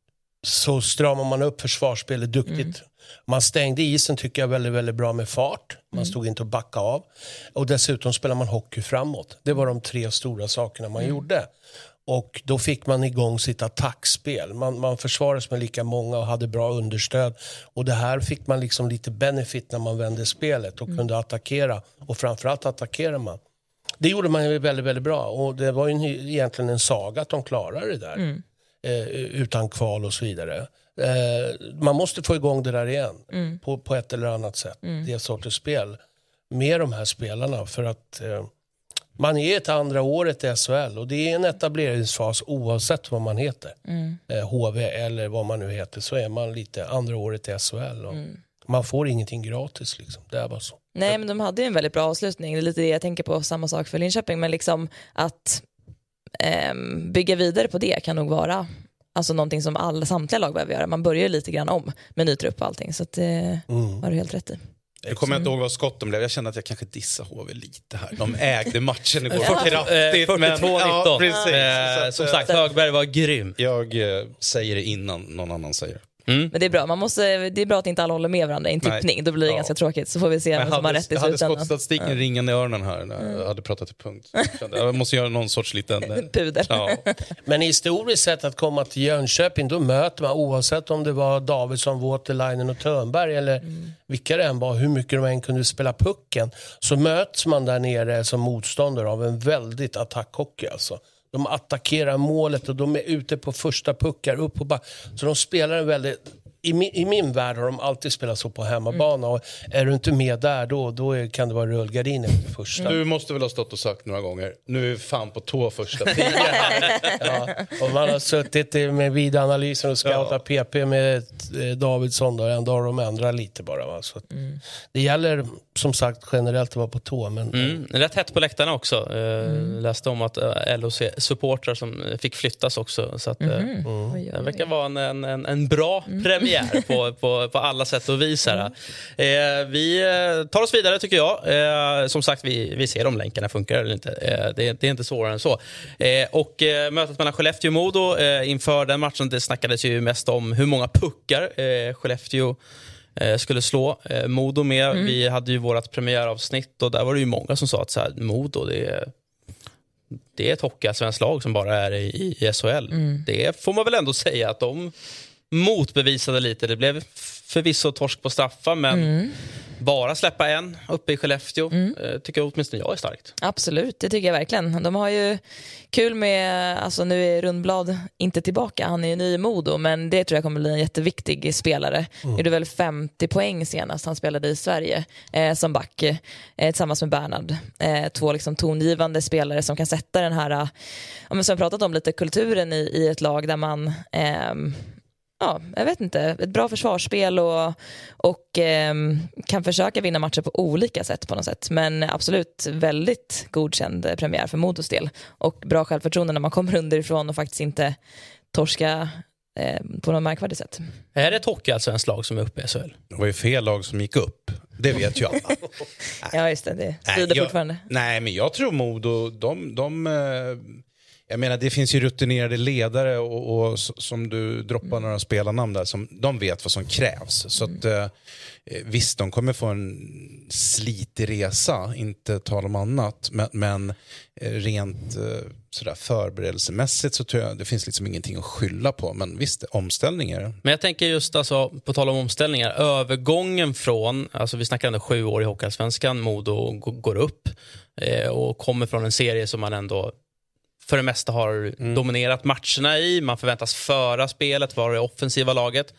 så stramar man upp försvarsspelet duktigt. Mm. Man stängde isen, tycker jag, väldigt, väldigt bra med fart. Man stod inte och backa av. Och dessutom spelar man hockey framåt. Det var de tre stora sakerna man mm. gjorde. Och då fick man igång sitt attackspel. Man, man försvarades med lika många och hade bra understöd. Och det här fick man liksom lite benefit när man vände spelet och mm. kunde attackera. Och framförallt attackerar man. Det gjorde man ju väldigt, väldigt bra. Och det var ju egentligen en saga att de klarade det där. Mm. Eh, utan kval och så vidare. Eh, man måste få igång det där igen. Mm. På, på ett eller annat sätt. Mm. Det sortens spel. Med de här spelarna. För att eh, man är ett andra året i S H L. Och det är en etableringsfas oavsett vad man heter. Mm. Eh, H V eller vad man nu heter. Så är man lite andra året i S H L. Och mm. man får ingenting gratis liksom. Det är bara så. Nej, men de hade ju en väldigt bra avslutning. Det är lite det jag tänker på, samma sak för Linköping. Men liksom att eh, bygga vidare på det kan nog vara alltså någonting som alla samtliga lag behöver göra. Man börjar lite grann om med ny trupp och allting, så att det mm. har du helt rätt i. Jag kommer inte ihåg vad skotten blev. Jag kände att jag kanske dissar H V lite här. De ägde matchen igår. fyrtiotvå nitton. Ja, eh, som sagt, Högberg var grym. Jag eh, säger det innan någon annan säger det. Mm. Men det är bra, man måste, det är bra att inte alla håller med varandra i en tippning. Nej. Då blir det ja. ganska tråkigt. Så får vi se vem som har rätt i slutändan. Jag hade skottstatistiken ja. ringande i öronen här när jag mm. hade pratat till punkt. Jag måste göra någon sorts liten pudel. Ja. Men historiskt sett att komma till Jönköping, då möter man, oavsett om det var Davidsson, Waterlinen och Törnberg eller mm. vilka det än var, hur mycket de än kunde spela pucken, så möts man där nere som motståndare av en väldigt attackhockey alltså. De attackerar målet och de är ute på första puckar upp och bara, så de spelar en väldigt, i min, i min värld har de alltid spelat så på hemmabana mm. och är du inte med där då, då är, kan det vara rullgardiner för första. Mm. Du måste väl ha stått och sagt några gånger, nu är fan på tå första. Ja, och man har suttit med vidanalysen och scoutat ja. P P med Davidsson då, ändå har de ändrat lite bara va? Så mm. det gäller som sagt generellt att vara på tå. Men, mm. Rätt hett på läktarna också. Mm. Läste om att L O C-supportrar som fick flyttas också. Så att, mm. Mm. det verkar vara en, en, en bra mm. premiär på, på, på alla sätt och vis. Mm. Eh, vi tar oss vidare tycker jag. Eh, som sagt, vi, vi ser om länkarna funkar eller inte. Eh, det, det är inte svårare än så. Eh, och eh, mötet mellan Skellefteå och Modo eh, inför den matchen, det snackades ju mest om hur många puckar eh, Skellefteå skulle slå eh, Modo med. Mm. Vi hade ju vårat premiäravsnitt och där var det ju många som sa att så här, Modo det är, det är ett hockeyallsvenskt lag som bara är i, i S H L. Mm. Det får man väl ändå säga att de motbevisade lite. Det blev förvisso torsk på straffar, men mm. bara släppa en uppe i Skellefteå mm. tycker jag åtminstone jag är starkt. Absolut, det tycker jag verkligen. De har ju kul med, alltså nu är Rundblad inte tillbaka, han är ju ny i Modo, men det tror jag kommer bli en jätteviktig spelare. Mm. Gjorde väl femtio poäng senast han spelade i Sverige eh, som back eh, tillsammans med Bernhard. Eh, två liksom tongivande spelare som kan sätta den här, eh, om vi har pratat om lite kulturen i, i ett lag där man eh, ja, jag vet inte, ett bra försvarsspel och, och eh, kan försöka vinna matcher på olika sätt på något sätt. Men absolut väldigt godkänd premiär för Modos del. Och bra självförtroende när man kommer underifrån och faktiskt inte torska eh, på något märkvärdigt sätt. Är det ett hockeyallsvenskt lag som är uppe i S H L? Det var ju fel lag som gick upp. Det vet ju alla. Ja, just det. Det strider nej, fortfarande. Jag, nej, men jag tror Modo, de... de eh, jag menar, det finns ju rutinerade ledare och, och som du droppar mm. några spelarnamn där, som de vet vad som krävs. Så att, eh, visst, de kommer få en slitig resa, inte tal om annat. Men, men rent eh, sådär förberedelsemässigt så tror jag det finns liksom ingenting att skylla på. Men visst, omställningar. Men jag tänker just alltså, på tal om omställningar, övergången från, alltså vi snackar ändå sju år i Hockeyallsvenskan, Modo går upp eh, och kommer från en serie som man ändå för det mesta har mm. dominerat matcherna i. Man förväntas föra spelet, vara det offensiva laget.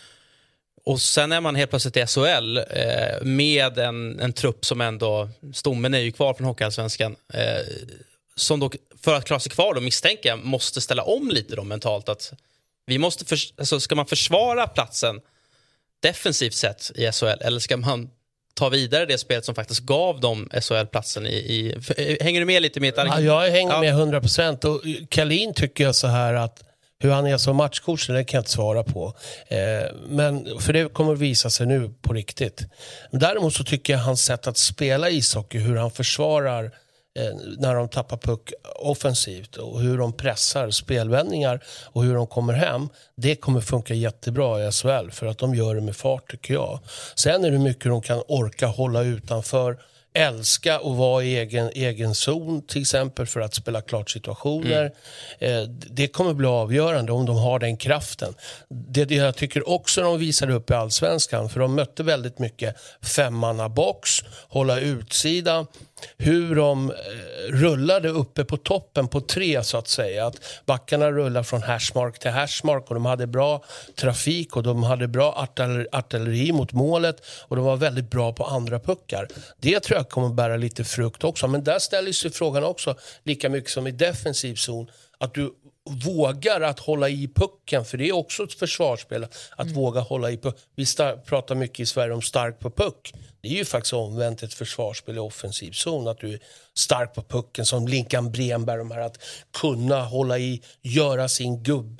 Och sen är man helt plötsligt i S H L eh, med en, en trupp som ändå, stommen är ju kvar från Hockeyallsvenskan, eh, som då, för att klara sig kvar då misstänker jag, måste ställa om lite då mentalt. Att vi måste för, alltså ska man försvara platsen defensivt sett i S H L, eller ska man ta vidare det spelet som faktiskt gav dem S H L-platsen i, i... Hänger du med lite med? Ja, jag hänger ja. med hundra procent. Och Kalin tycker jag så här att hur han är som matchcoach, det kan jag inte svara på. Eh, men för det kommer att visa sig nu på riktigt. Däremot så tycker jag hans sätt att spela ishockey, hur han försvarar eh, när de tappar puck offensivt och hur de pressar spelvändningar och hur de kommer hem, det kommer funka jättebra i S H L för att de gör det med fart tycker jag. Sen är det mycket de kan orka hålla utanför, älska att vara i egen, egen zon till exempel för att spela klart situationer. Mm. Eh, det kommer bli avgörande om de har den kraften. Det, det jag tycker också de visade upp i Allsvenskan, för de mötte väldigt mycket femmanna box, hålla utsida, hur de eh, rullade uppe på toppen på tre så att säga, att backarna rullar från hashmark till hashmark och de hade bra trafik och de hade bra artilleri, artilleri mot målet och de var väldigt bra på andra puckar. Det tror jag kommer bära lite frukt också, men där ställer sig frågan också lika mycket som i defensiv zon, att du vågar att hålla i pucken, för det är också ett försvarsspel att mm. våga hålla i pucken. Vi star- pratar mycket i Sverige om stark på puck. Det är ju faktiskt omvänt ett försvarsspel i offensiv zon, att du är stark på pucken som Linkan Bremberg, de här att kunna hålla i, göra sin gubbe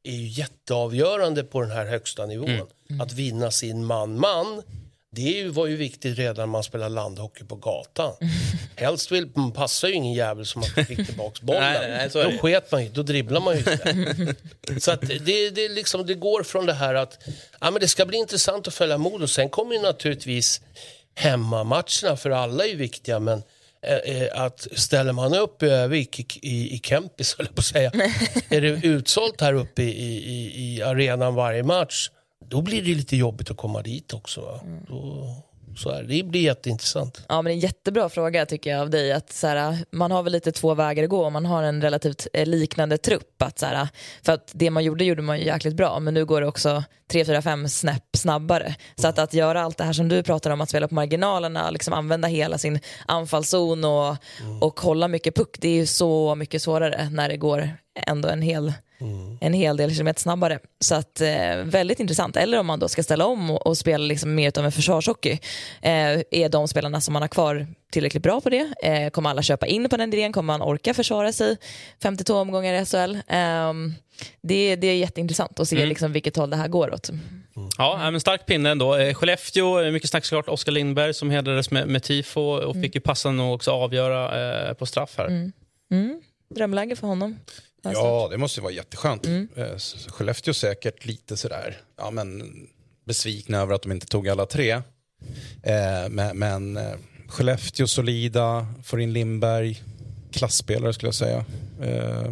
är ju jätteavgörande på den här högsta nivån. Mm. Mm. Att vinna sin man-man, det var ju viktigt redan när man spelar landhockey på gatan. Helst vill man passa ju ingen jävel som att fick tillbaks bollen. nej, nej, så då sket man ju, då dribblar man ju inte. Så att det, det, liksom, det går från det här att ja, men det ska bli intressant att följa Modo. Sen kommer ju naturligtvis hemmamatcherna, för alla är ju viktiga, men eh, att ställer man upp i Övik i, i, i Kempis, höll jag på att säga, är det utsålt här uppe i, i, i arenan varje match, då blir det lite jobbigt att komma dit också. Va? Mm. Då, så här, det blir jätteintressant. Ja, men det är en jättebra fråga tycker jag av dig. Att, så här, man har väl lite två vägar att gå om man har en relativt liknande trupp. Att, så här, för att det man gjorde gjorde man ju jäkligt bra. Men nu går det också tre, fyra, fem snäpp snabbare. Så att, att göra allt det här som du pratar om, att spela på marginalerna, liksom använda hela sin anfallszon och, mm. och hålla mycket puck. Det är ju så mycket svårare när det går ändå en hel... Mm. en hel del kilometer snabbare. Så att eh, väldigt intressant. Eller om man då ska ställa om och, och spela liksom mer av en försvarshockey, eh, är de spelarna som man har kvar tillräckligt bra på det? Eh, kommer alla köpa in på den idén? Kommer man orka försvara sig femtiotvå omgångar i S H L? Eh, det, det är jätteintressant att se mm. liksom vilket håll det här går åt. Mm. Ja, men stark pinne ändå. Eh, Skellefteå, mycket snack såklart. Oskar Lindberg som hedrades med, med tifo och mm. fick ju passande nog också avgöra eh, på straff här. Mm. Mm. Drömläge för honom. Alltså. Ja, det måste ju vara jätteskönt. Mm. Skellefteå säkert lite sådär, ja men besvikna över att de inte tog alla tre. Eh, men men eh, Skellefteå solida, får in Lindberg, klassspelare skulle jag säga. Eh,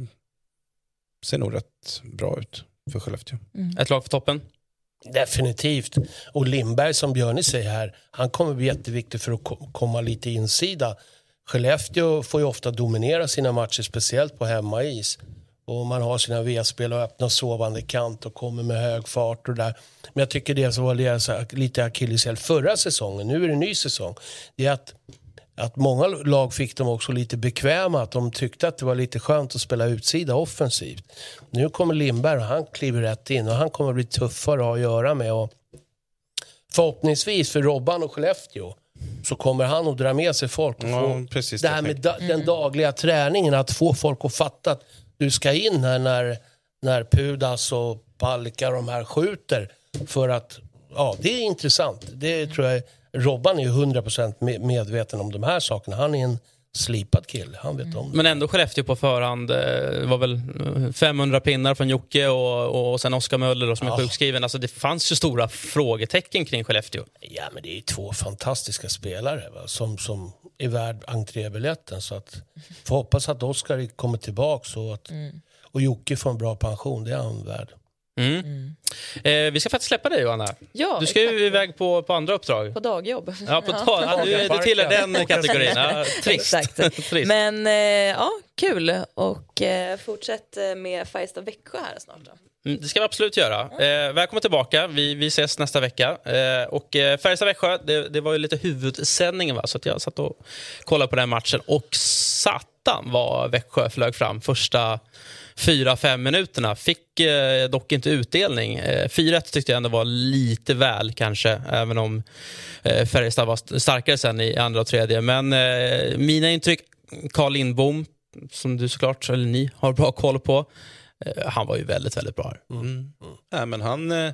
ser nog rätt bra ut för Skellefteå. Mm. Ett lag för toppen? Definitivt. Och Lindberg, som Björn säger här, han kommer bli jätteviktig för att ko- komma lite insida. Skellefteå får ju ofta dominera sina matcher, speciellt på hemmais. Och man har sina V-spel och öppnar sovande kant och kommer med hög fart och där. Men jag tycker det som var det lite akilleshäl förra säsongen, nu är det en ny säsong, det är att, att många lag fick dem också lite bekväma, att de tyckte att det var lite skönt att spela utsida offensivt. Nu kommer Lindberg och han kliver rätt in och han kommer bli tuffare att ha att göra med. Och förhoppningsvis för Robban och Skellefteå så kommer han att dra med sig folk och ja, få precis, det här med da- den dagliga träningen, att få folk att fatta att du ska in här när, när Pudas och Palka och de här skjuter, för att ja, det är intressant. Det tror jag, Robban är ju hundra procent medveten om de här sakerna. Han är en slipad kille, han vet om det. Men ändå Skellefteå på förhand, det var väl femhundra pinnar från Jocke och, och sen Oskar Möller då, som ja. är sjukskriven. Alltså det fanns ju stora frågetecken kring Skellefteå. Ja, men det är ju två fantastiska spelare, va? Som, som är värd entrébiljetten, så att får hoppas att Oskar kommer tillbaka och, att, mm. och Jocke får en bra pension, det är han värd. Mm. Mm. Eh, vi ska faktiskt släppa dig, Johanna. Ja, du ska exakt. ju iväg på, på andra uppdrag. På dagjobb. Ja, på dag. Ja, du, du tillhör den kategorin. Ja, trist. Exakt. trist. Men eh, ja, kul. Och eh, fortsätt med Färjestad Växjö här snart då. Mm, det ska vi absolut göra. Eh, välkommen tillbaka. Vi, vi ses nästa vecka. Eh, och eh, Färjestad Växjö, det, det var ju lite huvudsändningen, va? Så att jag satt och kollade på den matchen. Och satan vad Växjö flög fram första fyra fem minuterna. Fick eh, dock inte utdelning. Eh, fyra ett tyckte jag ändå var lite väl kanske, även om eh, Färjestad var starkare sen i andra och tredje. Men eh, mina intryck, Carl Lindbom, som du såklart, eller ni har bra koll på, eh, han var ju väldigt, väldigt bra. Mm. Mm. Ja, men han... Eh...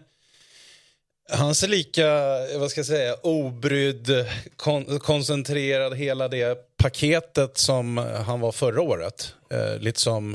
Han ser lika, vad ska jag säga, obrydd, kon- koncentrerad, hela det paketet som han var förra året. Eh, lite som...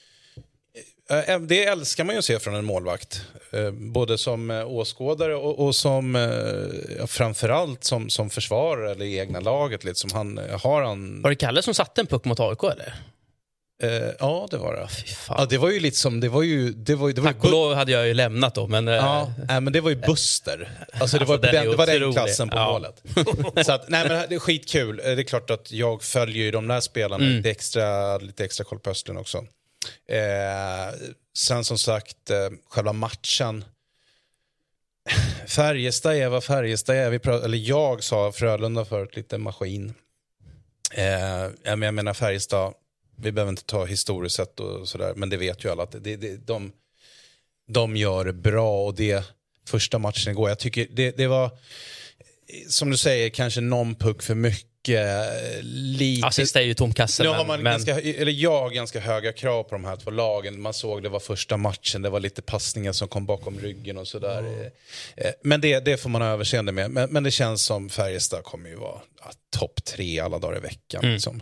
Eh, det älskar man ju att se från en målvakt. Eh, både som eh, åskådare och, och som eh, framförallt som, som försvarare eller i egna laget. Lite som han, har han... Var det Kalle som satte en puck mot A I K eller? Uh, ja, det var det. Ja, det var ju lite som det var ju det var, det var Tack och lov hade jag ju lämnat då, men ja, nej, men det var ju Buster. Alltså det var alltså, den, det var den klassen på ja. målet. Så att nej, men det är skitkul. Det är klart att jag följer ju de där spelarna mm. lite extra lite extra koll på Östlund också. Eh, sen som sagt eh, själva matchen. Färjestad är vad Färjestad är. Vi pratar, eller jag sa Frölunda förut, lite maskin. Eh, jag menar Färjestad, vi behöver inte ta historiskt sett och sådär, men det vet ju alla att det, det, de, de gör det bra. Och det första matchen igår, jag tycker det, det var, som du säger, kanske någon puck för mycket och eh, lite... Assist är ju tom kasse. Nu men, har man men... ganska, eller jag ganska höga krav på de här två lagen. Man såg det var första matchen, det var lite passningar som kom bakom ryggen och sådär. Mm. Eh, men det, det får man ha överseende med. Men, men det känns som Färjestad kommer ju vara ja, topp tre alla dagar i veckan. Mm. Liksom.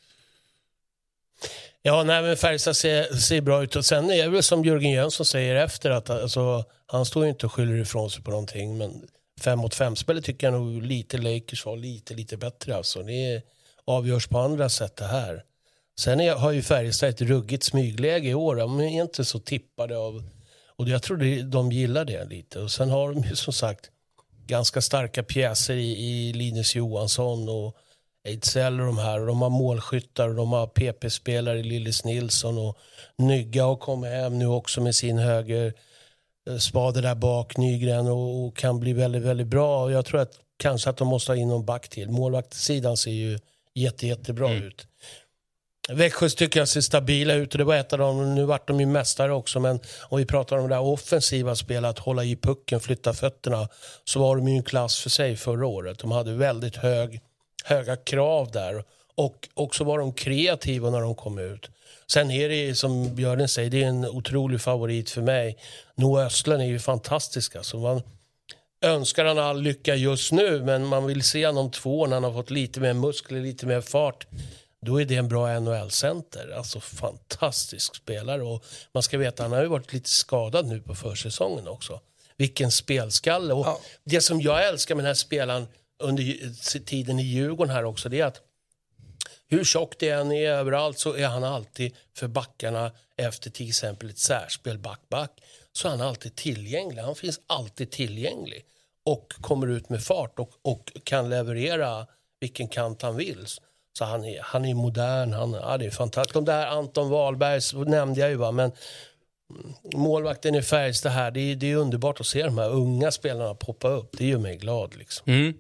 Ja, nej, men Färjestad ser, ser bra ut. Och sen är det väl som Jörgen Jönsson säger efter att alltså, han står ju inte och skyller ifrån sig på någonting. Men fem mot fem spelet tycker jag nog lite Lakers var lite, lite bättre. Alltså. Det avgörs på andra sätt det här. Sen är, har ju Färjestad ett ruggigt smygläge i år. De är inte så tippade av... Och jag tror det, de gillar det lite. Och sen har de ju som sagt ganska starka pjäser i, i Linus Johansson och Ejdsell och de här. Och de har målskyttar och de har P P-spelare i Lillis Nilsson och Nygga och kommer hem nu också med sin höger spade där bak, Nygren och, och kan bli väldigt, väldigt bra. Och jag tror att kanske att de måste ha in någon back till. Målvaktssidan ser ju jätte, jättebra mm. ut. Växjö tycker jag ser stabila ut och det var ett av dem, nu vart de ju mästare också, men om vi pratar om det där offensiva spelet, att hålla i pucken, flytta fötterna, så var de ju en klass för sig förra året. De hade väldigt hög, höga krav där och också var de kreativa när de kom ut. Sen är det som Björn säger, det är en otrolig favorit för mig. Noah Östlund är ju fantastiska, så man önskar han all lycka just nu, men man vill se honom två när han har fått lite mer muskler, lite mer fart. Då är det en bra N H L-center. Alltså fantastisk spelare. Och man ska veta att han har ju varit lite skadad nu på försäsongen också. Vilken spelskalle. Och ja. Det som jag älskar med den här spelaren under tiden i Djurgården här också, det är att hur tjock det än är överallt så är han alltid för backarna efter till exempel ett särspel back-back. Så är han alltid tillgänglig. Han finns alltid tillgänglig. Och kommer ut med fart och, och kan leverera vilken kant han vill. Så han är, han är modern, han ja, det är fantastiskt. De där Anton Wahlbergs nämnde jag ju, va, men målvakten i Färjestad här, det är, det är underbart att se de här unga spelarna poppa upp. Det gör mig glad liksom. Mm.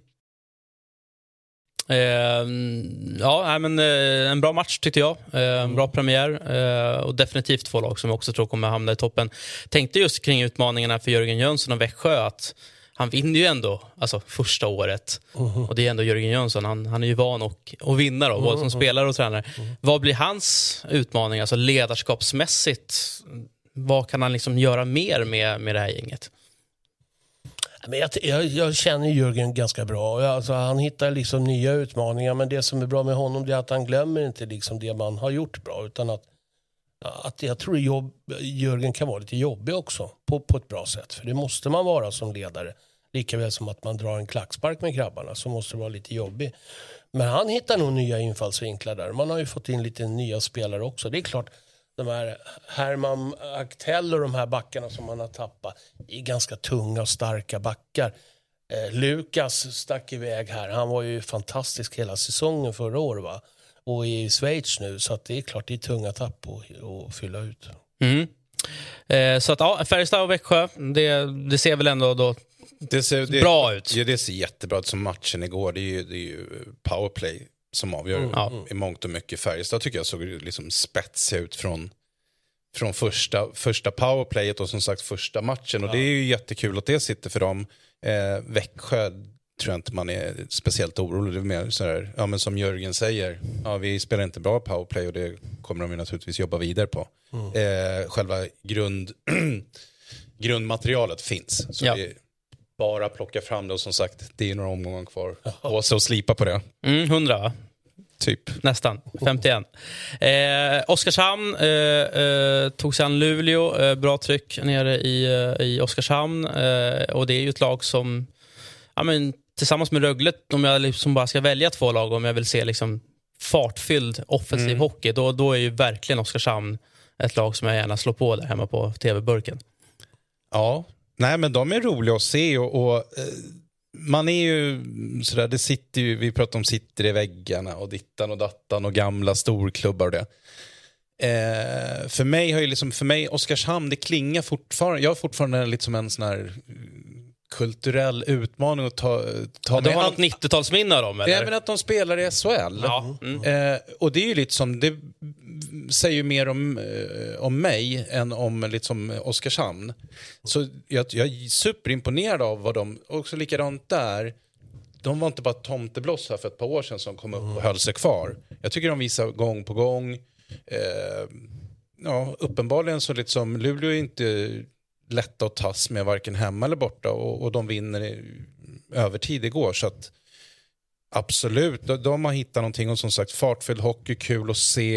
Eh, ja, men eh, en bra match tyckte jag. Eh, en bra premiär eh, och definitivt två lag som jag också tror kommer hamna i toppen. Tänkte just kring utmaningarna för Jörgen Jönsson och Växjö att han vinner ju ändå alltså första året. Uh-huh. Och det är ändå Jörgen Jönsson. Han, han är ju van att, att vinna då, uh-huh. både som spelare och tränare. Uh-huh. Vad blir hans utmaning, alltså ledarskapsmässigt? Vad kan han liksom göra mer med, med det här gänget? Men jag, jag, jag känner Jörgen ganska bra. Alltså, han hittar liksom nya utmaningar. Men det som är bra med honom är att han glömmer inte liksom det man har gjort bra. Utan att, att jag tror jobb, Jörgen kan vara lite jobbig också. På, på ett bra sätt. För det måste man vara som ledare. Likaväl som att man drar en klackspark med grabbarna. Så måste det vara lite jobbig. Men han hittar nog nya infallsvinklar där. Man har ju fått in lite nya spelare också. Det är klart. De här Herman Aktell och de här backarna som man har tappat är ganska tunga och starka backar. Eh, Lukas stack iväg här. Han var ju fantastisk hela säsongen förra året, va? Och i Schweiz nu. Så att det är klart det är tunga tapp att, att fylla ut. Mm. Eh, så att ja, Färjestad och Växjö, det, det ser väl ändå då det ser, det, bra ut. Ja, det ser jättebra ut som matchen igår. Det är ju, det är ju powerplay som avgör mm, mm. i mångt och mycket. Färjestad tycker jag såg liksom spetsig ut från, från första, första powerplayet och som sagt första matchen. Och ja. Det är ju jättekul att det sitter för dem. Eh, Växjö tror jag inte man är speciellt orolig. Det är mer så här, ja, men som Jörgen säger, ja, vi spelar inte bra powerplay och det kommer de ju naturligtvis jobba vidare på. Mm. Eh, själva grund, grundmaterialet finns. Så ja. det bara plocka fram det och som sagt, det är några omgångar kvar. Och så slipa på det. Mm, hundra va? Typ. Nästan, femtioen. Eh, Oskarshamn eh, eh, tog sig an Luleå, eh, bra tryck nere i, eh, i Oskarshamn. Eh, och det är ju ett lag som, ja, men, tillsammans med Rögle, om jag liksom bara ska välja två lag, om jag vill se liksom fartfylld offensiv mm. hockey, då, då är ju verkligen Oskarshamn ett lag som jag gärna slår på där hemma på tv-burken. Ja, nej men de är roliga att se och, och eh, man är ju sådär, det sitter ju, vi pratar om sitter i väggarna och dittan och dattan och gamla storklubbar och det. Eh, för mig har ju liksom, för mig Oskarshamn, det klingar fortfarande, jag har fortfarande lite som en sån här kulturell utmaning att ta, ta ja, du har något nittiotalsminne av dem, eller? Även att de spelar i S H L. Ja. Mm. Eh, och det är ju lite som, det säger ju mer om, eh, om mig än om liksom Oskarshamn. Så jag, jag är superimponerad av vad de, också likadant där, de var inte bara tomtebloss här för ett par år sedan som kom upp och höll sig kvar. Jag tycker de visar gång på gång. Eh, ja, uppenbarligen så liksom Luleå är inte lätta att tas med varken hemma eller borta. Och, och de vinner i övertid igår. Så att absolut, de, de har hittat någonting. Och som sagt, fartfylld hockey, kul att se.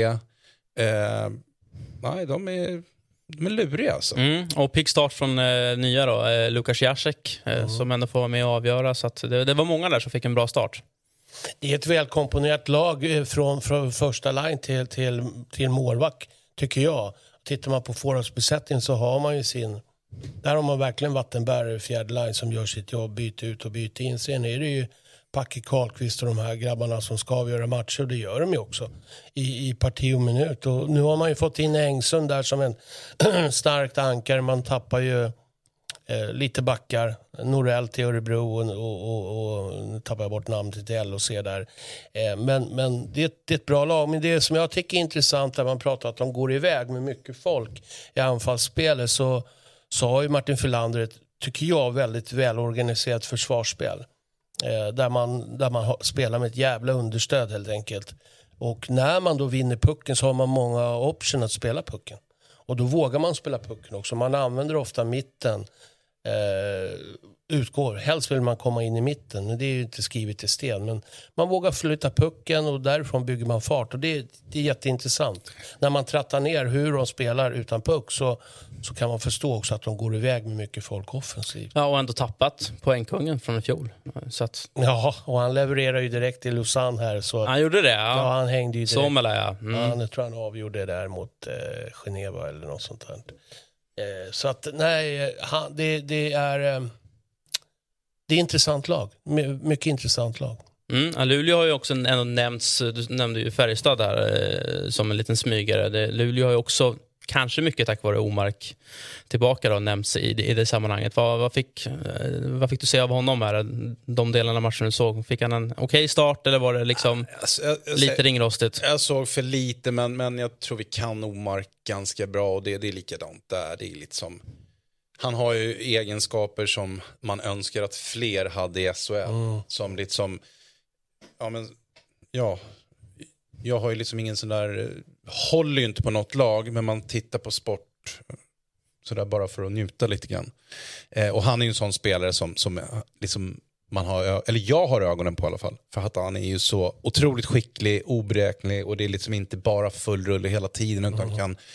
Eh, nej, de är... De är luriga alltså. Mm, och pigg start från eh, nya då, eh, Lukas Jacek eh, Mm. som ändå får vara med och avgöra. Så att det, det var många där som fick en bra start. Det är ett välkomponerat lag eh, från, från första line till, till, till målvakt, tycker jag. Tittar man på forwardsbesättningen så har man ju sin... Där har man verkligen vattenbärare, fjärde line som gör sitt jobb, byter ut och byter in. Sen är det ju Packe Karlqvist och de här grabbarna som ska avgöra matcher, och det gör de ju också i, i parti och minut. Och nu har man ju fått in Engsund där som en starkt ankare. Man tappar ju eh, lite backar, Norell till Örebro och, och, och, och nu tappar jag bort namnet till L och C där. Eh, men men det, det är ett bra lag. Men det som jag tycker är intressant när man pratar att de går iväg med mycket folk i anfallsspelet, så, så har ju Martin Filander ett, tycker jag, väldigt välorganiserat försvarsspel. Eh, där man, där man har, spelar med ett jävla understöd helt enkelt. Och när man då vinner pucken så har man många option att spela pucken. Och då vågar man spela pucken också. Man använder ofta mitten. Eh, utgår. Helst vill man komma in i mitten. Men det är ju inte skrivet i sten. Men man vågar flytta pucken och därifrån bygger man fart. Och det, det är jätteintressant. När man trattar ner hur de spelar utan puck så, så kan man förstå också att de går iväg med mycket folk offensivt. Ja, och ändå tappat poängkungen från i fjol. Så att... Ja, och han levererar ju direkt till Lausanne här. Så... Han gjorde det, ja. Ja, han hängde ju direkt. Somela, ja. Mm. Ja, nu tror han avgjorde det där mot eh, Geneva eller något sånt där. Eh, så att, nej, han, det, det är... Eh, det är intressant lag. My, mycket intressant lag. Mm, ja, Luleå har ju också ändå nämnts, du nämnde ju Färjestad där eh, som en liten smygare. Det, Luleå har ju också, kanske mycket tack vare Omark, tillbaka då, nämns i, i det sammanhanget. Vad, vad, fick, eh, vad fick du se av honom här, de delarna av matchen du såg? Fick han en okej okay start eller var det liksom alltså, jag, jag, lite ringrostigt? Jag såg för lite, men, men jag tror vi kan Omark ganska bra, och det, det är likadant där. Det är lite som... Han har ju egenskaper som man önskar att fler hade i S H L. Mm. Som liksom... Ja, men... Ja... Jag har ju liksom ingen sån där... Håller ju inte på något lag, men man tittar på sport sådär bara för att njuta lite grann. Eh, och han är ju en sån spelare som, som liksom man har... Eller jag har ögonen på i alla fall. För att han är ju så otroligt skicklig, oberäknelig, och det är liksom inte bara full rulle hela tiden, utan mm. kan...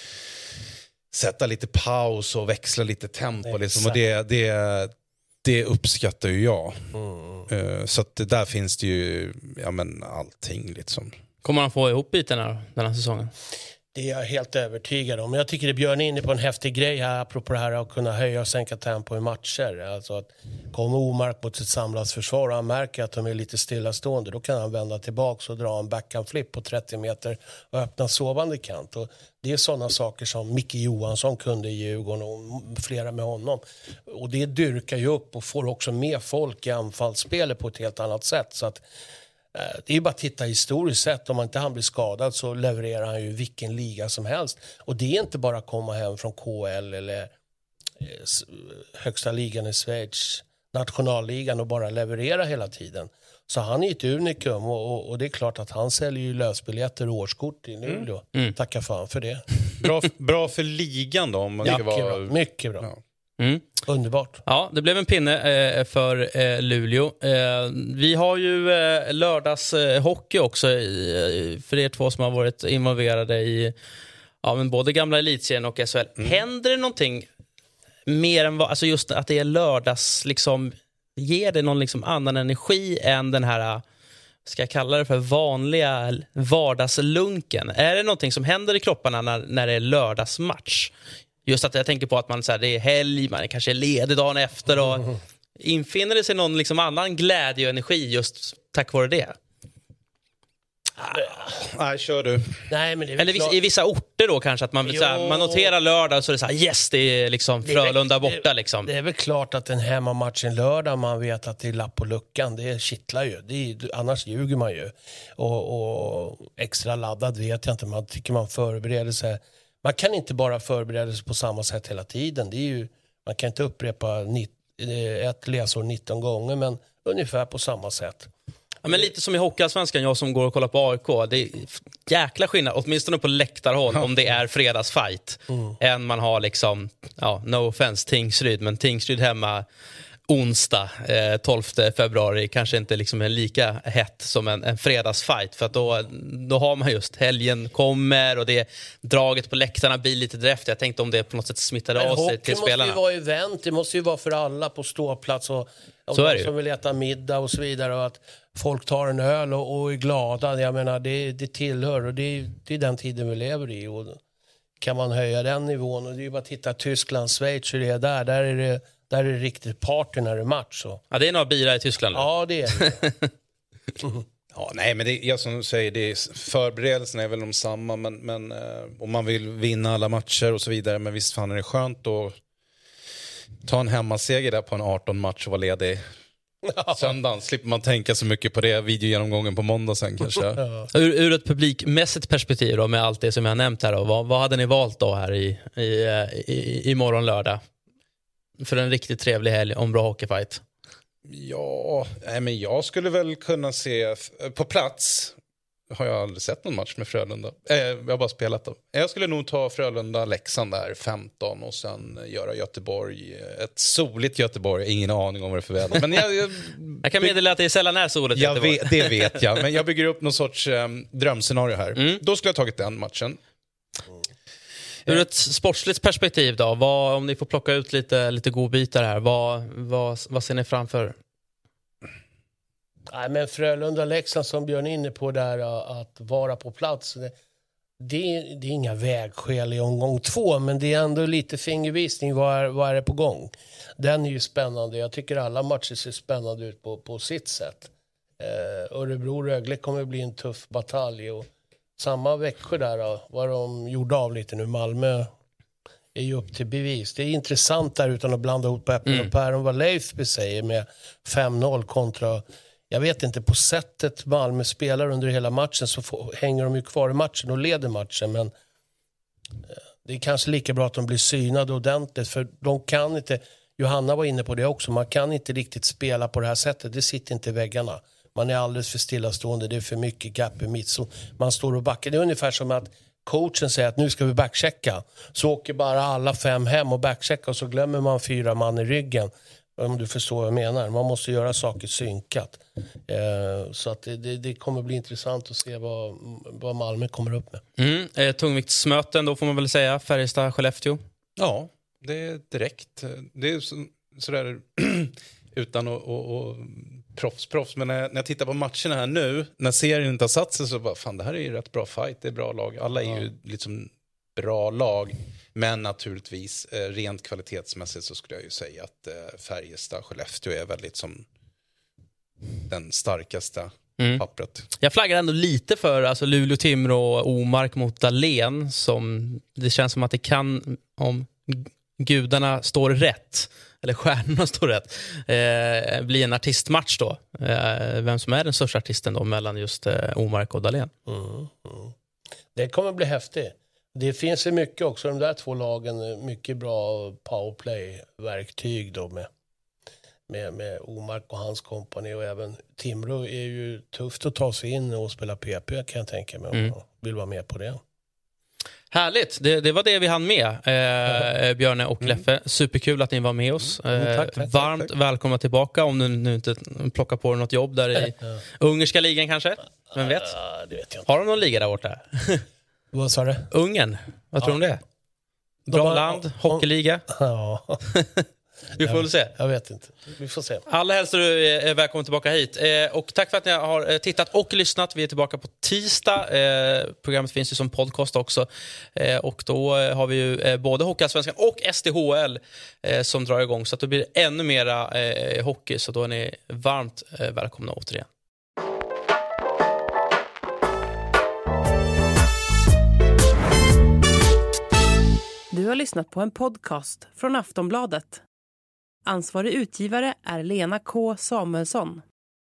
sätta lite paus och växla lite tempo liksom. Och det, det, det uppskattar ju jag. Mm. Uh, så att där finns det ju ja, men allting liksom. Kommer han få ihop bitarna den här säsongen? Det är jag helt övertygad om. Jag tycker det Björn är inne på en häftig grej här apropå det här att kunna höja och sänka tempo i matcher. Alltså att kommer Omark mot sitt samlagsförsvar och han märker att de är lite stillastående, då kan han vända tillbaka och dra en backhand-flip på trettio meter och öppna sovande kant. Och det är sådana saker som Micke Johansson kunde i Djurgården och flera med honom. Och det dyrkar ju upp och får också med folk i anfallsspelet på ett helt annat sätt. Så att det är ju bara att titta historiskt sett. Om man inte han blir skadad så levererar han ju vilken liga som helst. Och det är inte bara att komma hem från K L eller högsta ligan i Schweiz, nationalligan, och bara leverera hela tiden. Så han är ett unikum, och, och, och det är klart att han säljer ju lösbiljetter och årskort i Luleå. Mm. Mm. Tacka fan för det. Bra, bra för ligan då, om man ja, ska vara... bra. Mycket bra. Ja. Mm. Underbart. Ja, det blev en pinne eh, för eh, Luleå. Eh, vi har ju eh, lördagshockey eh, också i, för er två som har varit involverade i ja, men både gamla elitserien och S H L. Mm. Händer det någonting mer än vad, alltså just att det är lördags, liksom, ger det någon liksom annan energi än den här, ska jag kalla det för, vanliga vardagslunken? Är det någonting som händer i kropparna när, när det är lördagsmatch? Just att jag tänker på att man så här, det är helg, man kanske är ledig dagen efter, och mm. infinner det sig någon liksom annan glädje och energi just tack vare det? Nej, kör du. Nej, men det är eller klart. I vissa orter då kanske att man, så här, man noterar lördag så är det så här, yes, det är liksom det är Frölunda väl, borta liksom. Det är väl klart att en hemmamatch en lördag, man vet att det är lapp på luckan, det kittlar ju. Det är, annars ljuger man ju. Och, och extra laddad vet jag inte, man tycker man förbereder sig. Man kan inte bara förbereda sig på samma sätt hela tiden. Det är ju, man kan inte upprepa nitt, ett läsår nitton gånger, men ungefär på samma sätt. Ja, men lite som i Hockeyallsvenskan, jag som går och kollar på A I K. Det är jäkla skillnad, åtminstone på läktarhåll, om det är fredagsfight. Mm. Än man har liksom, ja, no offense, Tingsryd. Men Tingsryd hemma onsdag eh, tolfte februari kanske inte liksom är lika hett som en, en fredagsfight. För att då, då har man just helgen kommer och det draget på läktarna blir lite därefter. Jag tänkte om det på något sätt smittade av sig till spelarna. Men hockey måste ju vara event, det måste ju vara för alla på ståplats och, och så är de som vill äta middag och så vidare och att folk tar en öl och, och är glada. Jag menar, det, det tillhör och det, det är den tiden vi lever i och kan man höja den nivån och det är ju bara att titta Tyskland, Schweiz hur det är där, där är det Där är det riktigt party när det är match. Så. Ja, det är några bira i Tyskland. Ja, det är det. mm. Ja, nej, men det, jag som säger, det är, förberedelserna är väl de samma. Men, men eh, om man vill vinna alla matcher och så vidare. Men visst fan är det skönt att ta en hemmaseger där på en arton-match och vara ledig ja. Söndagen. Slipper man tänka så mycket på det. Videogenomgången på måndag sen kanske. Ja. Ur, ur ett publikmässigt perspektiv då, med allt det som jag har nämnt här. Då, vad, vad hade ni valt då här i, i, i, i morgon lördag? För en riktigt trevlig helg om bra hockeyfight. Ja, nej, men jag skulle väl kunna se på plats. Har jag aldrig sett någon match med Frölunda. Eh, jag har bara spelat dem. Jag skulle nog ta Frölunda Leksand där femton och sen göra Göteborg, ett soligt Göteborg. Ingen aning om vad det är för väder. Men jag, jag, jag kan meddela att det är sällan är soligt i Göteborg. Vet, det vet jag, men jag bygger upp någon sorts um, drömscenario här. Mm. Då skulle jag ha tagit den matchen. Ur ett sportsligt perspektiv då, vad, om ni får plocka ut lite, lite godbitar här, vad, vad, vad ser ni framför? Nej, men Frölunda Leksand som Björn är inne på där, att vara på plats, det, det, är, det är inga vägskäl i omgång två, men det är ändå lite fingervisning, vad är, vad är det på gång? Den är ju spännande, jag tycker alla matcher ser spännande ut på, på sitt sätt. Eh, Örebro-Rögle kommer bli en tuff batalj och samma veckor där då, vad de gjorde av lite nu. Malmö är ju upp till bevis. Det är intressant där utan att blanda ihop äpplen mm. och päron vad Leifby säger med fem noll kontra, jag vet inte, på sättet Malmö spelar under hela matchen så får, hänger de ju kvar i matchen och leder matchen, men det är kanske lika bra att de blir synade ordentligt för de kan inte, Johanna var inne på det också, man kan inte riktigt spela på det här sättet, det sitter inte i väggarna. Man är alldeles för stillastående, det är för mycket gap i mitt. Så man står och backar. Det är ungefär som att coachen säger att nu ska vi backchecka. Så åker bara alla fem hem och backchecka och så glömmer man fyra man i ryggen. Om du förstår vad jag menar. Man måste göra saker synkat. Eh, så att det, det, det kommer bli intressant att se vad, vad Malmö kommer upp med. Mm, eh, tungviktsmöten då får man väl säga. Färjestad-Skellefteå. Ja, det är direkt. Det är så, sådär utan att... Och, och proffs, proffs. Men när jag, när jag tittar på matcherna här nu, när serien inte har satt sig så bara, fan det här är ju rätt bra fight, det är bra lag. Alla är ja. ju liksom bra lag. Men naturligtvis, eh, rent kvalitetsmässigt så skulle jag ju säga att eh, Färjestad, Skellefteå är väldigt som den starkaste mm. pappret. Jag flaggar ändå lite för alltså Luleå, Timrå och Omark mot Dahlén som det känns som att det kan, om gudarna står rätt eller stjärnorna står rätt, eh, blir en artistmatch då. Eh, vem som är den största artisten då mellan just eh, Omark och Dahlén. Mm, mm. Det kommer bli häftigt. Det finns ju mycket också, de där två lagen, mycket bra powerplay-verktyg då med, med, med Omark och hans kompani och även Timrå är ju tufft att ta sig in och spela P P kan jag tänka mig om mm. jag vill vara med på det. Härligt, det, det var det vi hann med eh, Björne och Leffe. Mm. Superkul att ni var med oss. Eh, mm, tack, tack, varmt tack, tack. Välkomna tillbaka om du nu inte plockar på något jobb där i ja. ungerska ligan kanske. Vem vet? Ja, det vet jag inte. Har de någon liga där borta? Vad sa du? Ungern, vad ja. tror du om det? Bra de land, hockeyliga. Ja. Vi får väl se. Jag vet inte. Vi får se. Alla hälsar du är välkommen tillbaka hit. Eh, och tack för att ni har tittat och lyssnat. Vi är tillbaka på tisdag. Eh, programmet finns ju som podcast också. Eh, och då har vi ju eh, både Hockeyallsvenskan och S D H L eh, som drar igång. Så att då blir det ännu mera eh, hockey. Så då är ni varmt eh, välkomna återigen. Du har lyssnat på en podcast från Aftonbladet. Ansvarig utgivare är Lena K. Samuelsson.